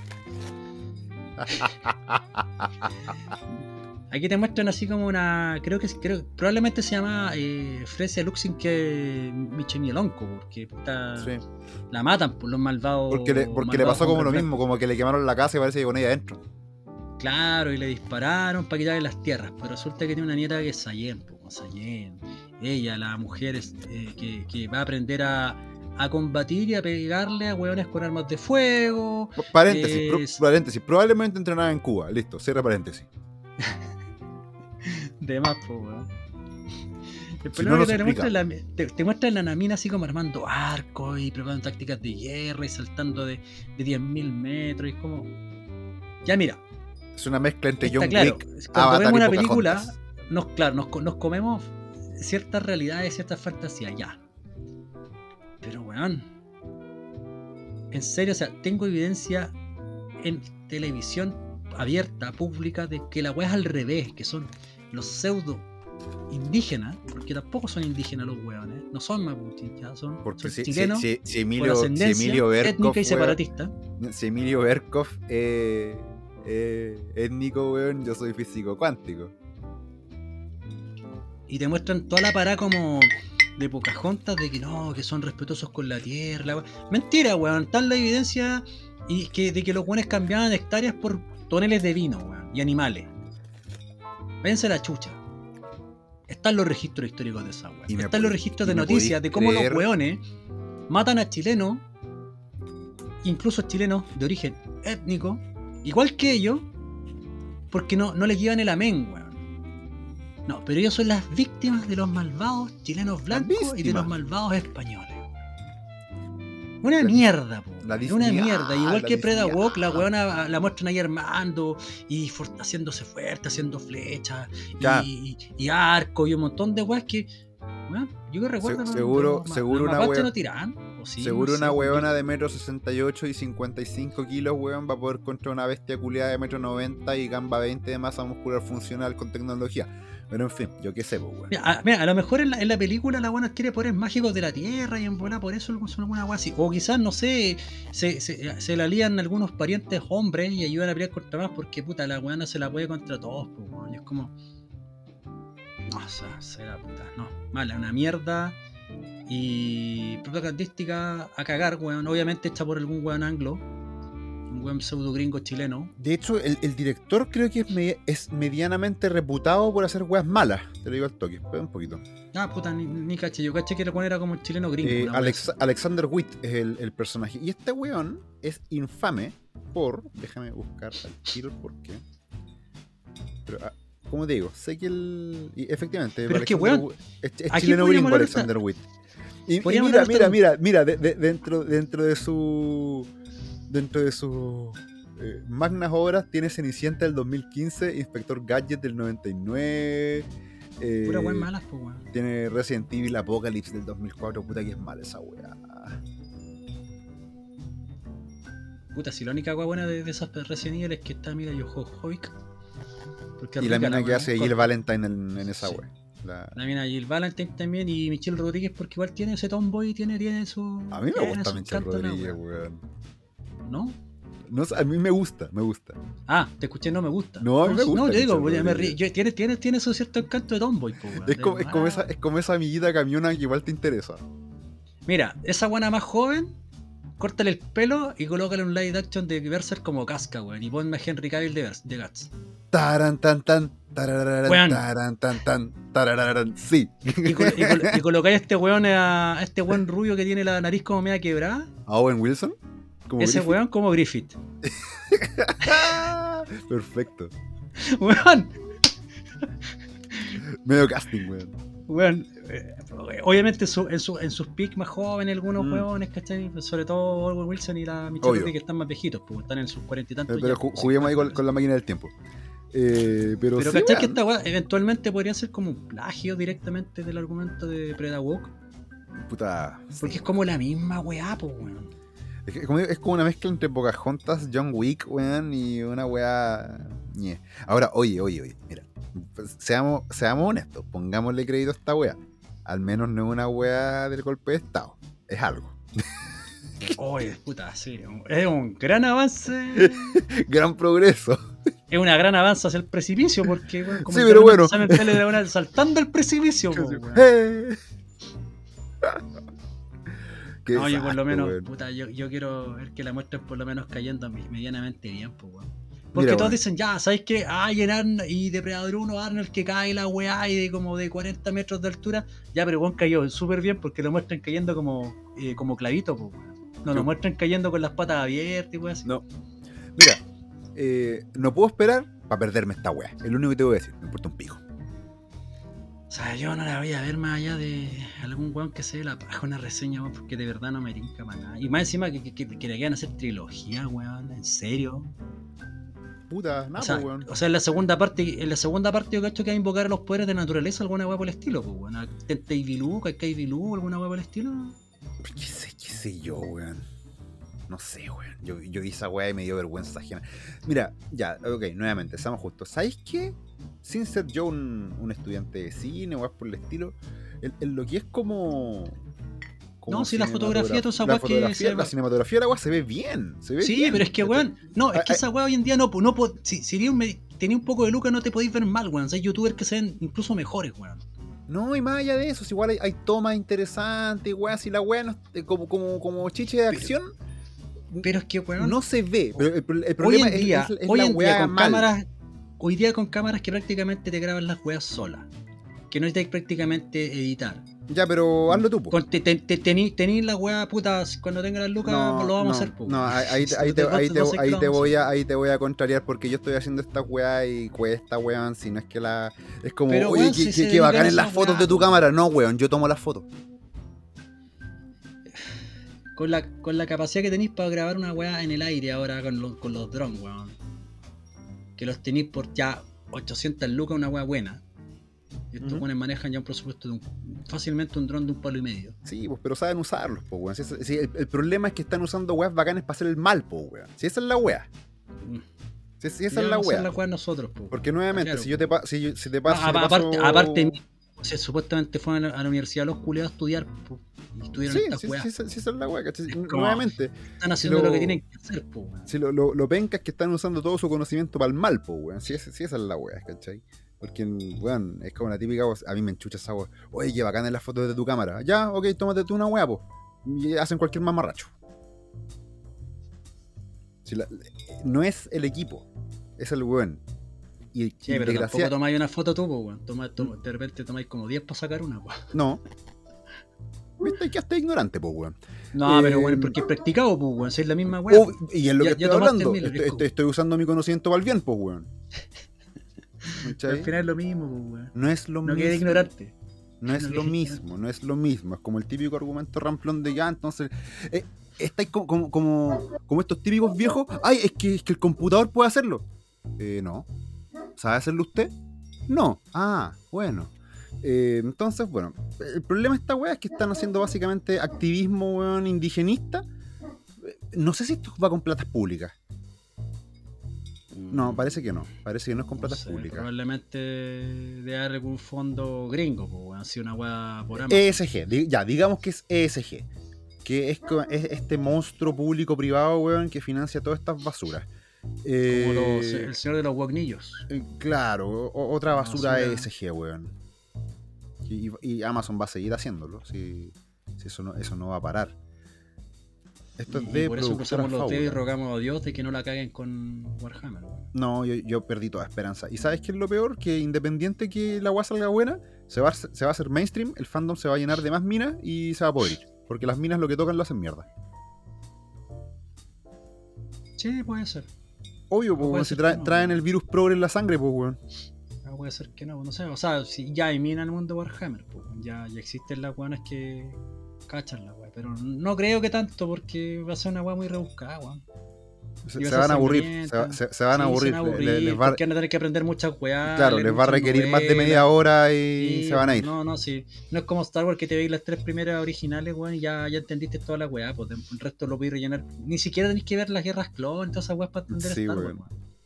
B: Aquí te muestran así como una. Creo que creo, probablemente se llama eh, Fresia Luxin que Michemielonco, porque puta,
A: Sí.
B: la matan por los malvados.
A: Porque le, porque le
B: malvados
A: pasó como lo
B: hombres
A: mismo,
B: blancos.
A: como que le quemaron la casa y parece que con ella adentro.
B: Claro, y le dispararon para quitarle las tierras, pero resulta que tiene una nieta que es Sayen, pues, Sayen. Ella, la mujer es, eh, que, que va a aprender a, a combatir y a pegarle a hueones con armas de fuego.
A: Paréntesis,
B: eh,
A: pro- paréntesis. Probablemente entrenaba en Cuba. Listo, cierra paréntesis.
B: de más, pues, weón. El
A: Si
B: problema
A: no,
B: es que
A: no
B: te,
A: se
B: muestra la, te, te muestra la Namina así como armando arcos y preparando tácticas de guerra y saltando de, de diez mil metros. Y es como. Ya mira,
A: Es una mezcla entre
B: está
A: John
B: claro.
A: Wick,
B: Cuando
A: Avatar
B: vemos
A: y
B: una película,
A: Pocahontas.
B: nos, claro, nos, nos comemos ciertas realidades, ciertas fantasías, ya. Pero, weón. En serio, o sea, tengo evidencia en televisión abierta, pública, de que la weá es al revés, que son los pseudo indígenas, porque tampoco son indígenas los weones, no son mapuches, ya son,
A: Porque
B: son
A: si,
B: chilenos
A: si, si, si
B: por
A: Emilio, si
B: ascendencia
A: Emilio Berkov,
B: étnica y
A: weón,
B: separatista.
A: si Emilio Berkov es eh, étnico, weón, yo soy físico cuántico.
B: Y te muestran toda la parada como de Pocahontas de que no, que son respetuosos con la tierra. La... Mentira, weón. Está la evidencia y que, de que los weones cambiaban hectáreas por toneles de vino, weón, y animales. Váyanse a la chucha. Están los registros históricos de esa weón.
A: Y me
B: Están los
A: podí-
B: registros
A: y
B: de
A: me
B: noticias
A: podí
B: de cómo
A: creer-
B: los weones matan a chilenos, incluso chilenos de origen étnico, igual que ellos, porque no, no les llevan el amén, weón. No, pero ellos son las víctimas de los malvados chilenos blancos y de
A: víctimas.
B: los malvados españoles. Una
A: La-
B: mierda, po.
A: la
B: Una
A: Disney-
B: mierda.
A: ah,
B: Igual
A: la
B: que
A: Disney-
B: Preda Walk, la
A: ah.
B: weona la muestran ahí armando y for- haciéndose fuerte, haciendo flechas
A: Ya.
B: y, y arco y un montón de weas que. Weón, yo que recuerdo.
A: Se-
B: los-
A: seguro-
B: los ma-
A: seguro
B: los
A: una
B: mapaches
A: wea-
B: no tiran. ¿O sí?
A: Seguro
B: No
A: una
B: sé,
A: huevona
B: yo-
A: de metro sesenta y ocho y cincuenta y cinco kilos, weón, va a poder contra una bestia culiada de metro noventa y gamba veinte de masa muscular funcional con tecnología. Pero en fin, yo qué sé, pues, weón.
B: Mira, a, mira, a lo mejor en la, en la película la buena adquiere poderes mágicos de la tierra y en bola por eso son alguna wea así. O quizás, no sé, se, se, se la lían algunos parientes hombres y ayudan a pelear contra más porque puta, la weá no se la puede contra todos, pues, weón. Y es como. No, o sea, será puta, no. Mala, una mierda. Y propagandística a cagar, weón. Obviamente hecha por algún weón anglo. Un weón pseudo gringo chileno.
A: De hecho, el, el director creo que es, me- es medianamente reputado por hacer weas malas. Te lo digo al toque, espera un poquito.
B: Ah, puta, ni, ni caché. Yo caché que el weón era como un chileno gringo.
A: Eh,
B: una wea
A: Alex-
B: así.
A: Alexander Witt es el, el personaje. Y este weón es infame por. Déjame buscar al tiro por qué. Pero, ah, como te digo, sé que el. Y efectivamente,
B: Pero es que,
A: Alexander
B: weón,
A: Witt- es, es
B: aquí
A: chileno
B: podríamos
A: gringo
B: hablar
A: Alexander Witt. Y, y
B: podríamos
A: mira,
B: hablar
A: mira,
B: hasta-
A: mira, mira, de- de- dentro, dentro de su. Dentro de su. eh, magnas obras tiene Cenicienta del dos mil quince, Inspector Gadget del noventa y nueve. eh,
B: Pura weón malas, pues, weón.
A: tiene Resident Evil Apocalypse del dos mil cuatro, puta que es mala esa weá.
B: Puta, si la única weá buena de, de esas Resident Evil es que está, mira, Jojovic. Porque
A: Y la
B: rica
A: mina que
B: weá,
A: hace
B: corta.
A: Jill Valentine en, en esa
B: Sí.
A: weá. La-
B: La mina Jill Valentine también y Michelle Rodríguez porque igual tiene ese tomboy y tiene, tiene su...
A: A mí me
B: tiene
A: gusta
B: su
A: Michelle
B: encanto, la
A: Rodríguez,
B: weá.
A: weón.
B: ¿No?
A: No sé, a mí me gusta, me gusta.
B: Ah, te escuché, no me gusta.
A: No, a mí me gusta
B: No, yo digo,
A: Michelle
B: ya me
A: Rodríguez.
B: rí- yo- tiene, tiene, tiene su cierto encanto de tomboy, po, weón.
A: Es como,
B: De-
A: es, como
B: ah.
A: esa, es como esa amiguita camiona que igual te interesa.
B: Mira, esa buena más joven, córtale el pelo y colócale un live action de Berserk como casca, weón. Y ponme a Henry Cavill de, Vers- de Guts.
A: Taran, tan, tan, tarararán,
B: Weón.
A: taran, tan, tan, tarararán. Sí.
B: Y, col- y, col- y colocáis a este weón a, a este weón rubio que tiene la nariz como media quebrada.
A: ¿A Owen Wilson? Como
B: Ese
A: Griffith.
B: weón como Griffith.
A: Perfecto.
B: Weón,
A: Medio casting, weón.
B: weón. eh, Obviamente en, su- en, su- en sus peaks más jóvenes, algunos
A: Mm.
B: weones, ¿cachai? Sobre todo Owen Wilson y la Michelle
A: Obvio.
B: Rodríguez que están más viejitos, pues están en sus cuarenta y tantos.
A: Pero, pero
B: ya,
A: ju-
B: pues,
A: juguemos ahí con,
B: cincuenta.
A: con la máquina del tiempo. Eh, pero
B: Pero
A: sí,
B: ¿cachai que
A: weón.
B: esta weá eventualmente podría ser como un plagio directamente del argumento de Preda Walk?
A: Puta.
B: Porque es como la misma weá, pues weón.
A: Es, que como, digo, es como una mezcla entre Pocahontas, John Wick, weón, y una weá. ñe. Ahora, oye, oye, oye, mira. pues, seamos, seamos honestos, pongámosle crédito a esta weá. Al menos no es una weá del golpe de Estado, es algo.
B: Oye, puta, sí, es un gran avance.
A: Gran progreso.
B: Es una gran avance hacia el precipicio, porque, bueno, como
A: Sí, pero bueno.
B: sale el tele de una saltando el precipicio, po, weón.
A: Eh. Qué
B: No, yo por
A: desastre,
B: lo menos,
A: weón.
B: puta, yo, yo quiero ver que la muestren por lo menos cayendo medianamente bien, pues, weón. Porque
A: Mira,
B: todos
A: weón.
B: dicen, ya, ¿sabes qué? Ah, y, en Arn- y Depredador uno, Arnold que cae la weá y de como de cuarenta metros de altura. Ya, pero weón cayó súper bien porque lo muestran cayendo como, eh, como clavito, pues, weón. No lo
A: Sí.
B: muestran cayendo con las patas abiertas y weón así.
A: No. Mira, eh, no puedo esperar para perderme esta weá. Es lo único que te voy a decir. Me importa un pico.
B: O sea, yo no la voy a ver más allá de algún weón que se dé la paja una reseña, weón, porque de verdad no me rinca para nada. Y más encima que, que, que, que le quieran hacer trilogía, weón, en serio.
A: Puta, nada,
B: O sea,
A: pues, weón.
B: o sea, en la segunda parte, en la segunda parte yo cacho que va a invocar a los poderes de naturaleza, alguna weá por el estilo, pues, weón. Tenteivilú, Kaikaivilú, alguna weá por el estilo.
A: ¿Qué sé, qué sé yo, weón? No sé, weón. Yo, yo vi esa weá y me dio vergüenza ajena. Mira, ya, ok, nuevamente, seamos justos. ¿Sabéis qué? Sin ser yo un, un estudiante de cine o weá por el estilo, el, el lo que es como. como
B: No, si la fotografía, toda esa
A: la
B: weá que
A: fotografía,
B: se-
A: la cinematografía de la weá se ve bien. Se ve
B: Sí,
A: bien,
B: pero es que,
A: ¿cachai?
B: weón, no, es que
A: Ay,
B: esa weá hoy en día no, po- no po- si, si tenía un, me- tenía un poco de lucas no te podéis ver mal, weón. Hay youtubers que se ven incluso mejores, weón.
A: No, y más allá de eso, si igual hay, hay tomas interesantes, weá, si la weá no, es- como, como, como chiche de
B: Pero-
A: acción,
B: Pero es que, weón,
A: no se ve. Pero el, pro- el
B: hoy
A: problema
B: en día,
A: es, es, es
B: hoy
A: la
B: en día
A: weá
B: con
A: mal.
B: cámaras, hoy día con cámaras que prácticamente te graban las weas solas, que no necesitas prácticamente editar.
A: Ya, pero hazlo tú, po.
B: Con, te, te, te, tení, tení la wea puta, cuando tenga las lucas
A: No,
B: lo vamos
A: no,
B: a hacer, po.
A: no, ahí, ahí,
B: Si
A: ahí
B: no
A: te,
B: te-
A: ahí,
B: no
A: te,
B: sé qué
A: ahí
B: lo
A: te
B: vamos a
A: voy
B: hacer.
A: a, ahí te voy a contrariar porque yo estoy haciendo esta weá y cuesta, weón, si no es que la... Es como,
B: Pero,
A: oye,
B: weón,
A: que,
B: si se
A: que, que bacán
B: dedican a
A: en las
B: esa
A: fotos
B: weá,
A: de tu
B: po.
A: cámara. No, weón, yo tomo las fotos.
B: Con la, con la capacidad que tenéis para grabar una weá en el aire ahora con, lo- con los drones, weón. Que los tenéis por ya ochocientas lucas, una weá buena. Y estos
A: Ujú.
B: weones manejan ya un presupuesto de un, fácilmente un dron de un palo y medio.
A: Sí, pues, pero saben usarlos, pues, weón. Si es- si el, el problema es que están usando weas bacanes para hacer el mal, pues, weón. Si esa es la wea.
B: Mm.
A: Si, si
B: Y
A: esa es la
B: vamos a hacer
A: wea.
B: la weá nosotros, po.
A: Porque nuevamente,
B: Claro,
A: si yo te, pa- si, yo- si te
B: No,
A: paso... si te
B: aparte,
A: paso-
B: aparte, o sea, supuestamente fueron a la, a la universidad los culiados a estudiar, po, y estudiaron
A: Sí,
B: estas
A: sí,
B: weas.
A: sí, sí, sí, esa es la wea, ¿cachai?
B: Como-
A: Nuevamente,
B: Están haciendo
A: lo-
B: lo que tienen que hacer, po, weón.
A: si lo, lo, lo penca es que están usando todo su conocimiento para el mal, pues, weón. Sí, esa- sí, esa es la wea, ¿cachai? Porque, weón, es como la típica, a mí me enchucha esa wea. Oye, qué bacán en las fotos de tu cámara. Ya, ok, tómate tú una wea, pues. Y hacen cualquier mamarracho. Si la- no es el equipo, es el weón. Y,
B: Sí,
A: y
B: pero
A: desgracia-
B: tampoco tomáis una foto tú, po, weón. Toma- toma- de repente tomáis como diez para sacar una, po.
A: No. Viste que hasta ignorante, pues, weón.
B: No,
A: Eh,
B: pero bueno, porque es practicado, pues, weón. Si es la misma weá.
A: Oh, y es lo
B: Ya-
A: que
B: ya
A: estoy
B: tomaste
A: hablando.
B: el Miller,
A: Estoy,
B: es
A: estoy- estoy usando mi conocimiento para el bien, pues, weón. ¿Cachai?
B: Al final es lo mismo, pues, weón.
A: No es lo
B: No
A: mismo.
B: quede ignorante.
A: No es
B: no
A: lo
B: quede
A: mismo, no es lo mismo. Es como el típico argumento ramplón de ya, entonces. Eh, estáis como, como, como, como estos típicos viejos. Ay, es que, es que el computador puede hacerlo. Eh, no. ¿Sabe hacerlo usted? No. Ah, bueno. Eh, entonces, bueno. El problema de esta weá es que están haciendo básicamente activismo, weón, indigenista. Eh, No sé si esto va con platas públicas. No, parece que no. Parece que no es con
B: No
A: platas
B: sé,
A: públicas.
B: Probablemente de dar algún fondo gringo, pues, weón. Así una weá por Amazon.
A: E S G, di- ya, digamos que es E S G. Que es, co- es este monstruo público-privado, weón, que financia todas estas basuras.
B: Como
A: Eh,
B: los- el señor de los guagnillos.
A: eh, claro, o- otra basura
B: Basura.
A: E S G, weón. Y, y Amazon va a seguir haciéndolo. Si, si eso, no, eso no va a parar. Esto
B: Y,
A: es de
B: y por eso
A: productora
B: cruzamos los dedos y
A: Fábula.
B: rogamos a Dios de que no la caguen con Warhammer, weón.
A: No, yo, yo perdí toda esperanza. ¿Y sabes qué es lo peor? Que independiente que la weá salga buena, se va, a, se va a hacer mainstream, el fandom se va a llenar de más minas y se va a poder ir. Porque las minas lo que tocan lo hacen mierda.
B: Sí, puede ser.
A: Obvio,
B: No
A: pues,
B: puede
A: weón, si
B: ser
A: trae-
B: que no,
A: traen
B: weón.
A: el virus progre en la sangre, pues, weón.
B: No puede ser que no, no sé. O sea, si ya hay mina en el mundo de Warhammer, pues, ya, ya existen las weonas que cachan la weá. Pero no creo que tanto porque va a ser una weá muy rebuscada, weón.
A: Se,
B: Y va
A: se
B: a ser
A: van a aburrir,
B: sangrienta.
A: se, se- se van a
B: Sí,
A: aburrir.
B: se van a
A: le- le-
B: aburrir,
A: les va,
B: porque van a tener que aprender muchas weas.
A: claro,
B: leer
A: les va a
B: muchas
A: requerir más de
B: novelas.
A: media hora y
B: Sí,
A: se van a ir.
B: No, no, sí. No es como Star Wars que te veis las tres primeras originales, weón, y ya, ya entendiste toda la weá, pues el resto lo podéis rellenar. Ni siquiera tenéis que ver las guerras clon, todas esas weas para entender
A: Sí,
B: Star Wars,
A: weón.
B: weón.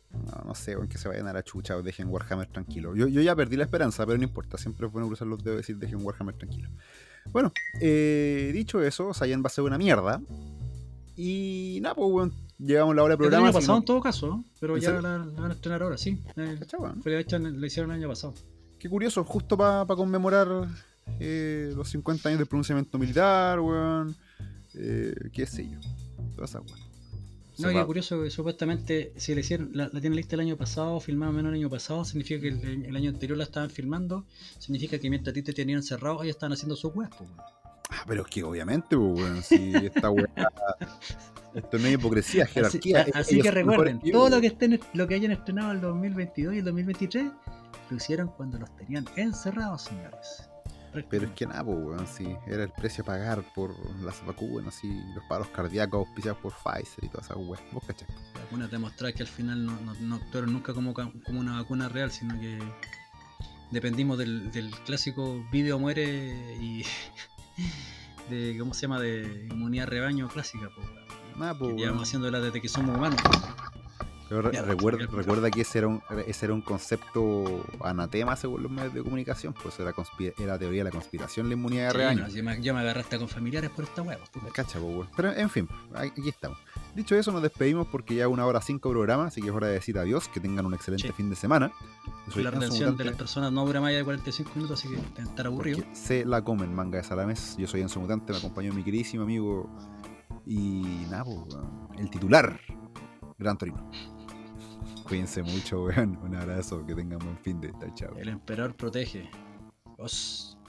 A: No, no sé, weón, que se vayan a la chucha o dejen Warhammer tranquilo. Yo, yo ya perdí la esperanza, pero no importa. Siempre es bueno cruzar los dedos y decir dejen Warhammer tranquilo. Bueno, eh, dicho eso, Saiyan va a ser una mierda. Y nada, pues, weón, llegamos a la hora del
B: Es del
A: programa.
B: año
A: así
B: pasado
A: que
B: en todo caso, ¿no? Pero
A: ¿En
B: ya
A: serio?
B: la, la van a estrenar ahora, sí. Eh,
A: no- ¿Cachai, weón?
B: fue hecha en- la hicieron el año pasado.
A: Qué curioso, justo para conmemorar eh, los cincuenta años del pronunciamiento militar, weón. Eh, qué sé yo. Toda esa weón. Se
B: No, qué
A: va-
B: curioso que supuestamente si la hicieron, la, la tienen lista el año pasado, filmada menos el año pasado, significa que el, el año anterior la estaban filmando, significa que mientras a ti te tenían encerrado, ellos estaban haciendo sus weas, pues, weón.
A: Ah, pero es que obviamente, pues, weón, si esta weá. Esto no es hipocresía, es
B: Así,
A: jerarquía.
B: a-
A: e-
B: así
A: Ellos
B: que
A: son mejores
B: recuerden,
A: que yo,
B: todo lo
A: weón.
B: que estén, lo que hayan estrenado el dos mil veintidós y el dos mil veintitrés, lo hicieron cuando los tenían encerrados, señores.
A: Pero es que nada, pues, weón, si era el precio a pagar por las vacunas y los paros cardíacos auspiciados por Pfizer y todas esas weas. Vos cachai.
B: Las vacunas demostrar que al final no, no, no actuaron nunca como, ca- como una vacuna real, sino que dependimos del, del clásico vive o muere y de, ¿cómo se llama? De inmunidad rebaño clásica, pues, weón.
A: Nada, pues,
B: Que
A: weón.
B: llevamos haciéndola desde que somos humanos.
A: Pero re-
B: Ya,
A: recuerda,
B: ya,
A: recuerda que ese era, un, ese era un concepto anatema según los medios de comunicación, pues era, conspira- era teoría de la conspiración, la inmunidad de
B: Sí,
A: rebaño.
B: no, yo, me, yo me agarré hasta con familiares por esta hueá. Pues,
A: Cacha, pues, weón. Pero en fin, aquí estamos. Dicho eso, nos despedimos porque ya una hora cinco programas, así que es hora de decir adiós, que tengan un excelente
B: Sí.
A: fin de semana. Yo soy
B: la
A: Enzo
B: retención de
A: Mutante,
B: las personas no dura más allá de cuarenta y cinco minutos, así que deben estar aburridos.
A: porque se la comen manga de salames. Yo soy Enzo Mutante, me acompañó mi queridísimo amigo y nada, pues, weón, el titular, Gran Torino. Cuídense mucho, weón. Un abrazo, que tengan buen fin de. Chao, chao.
B: El emperador protege. Os.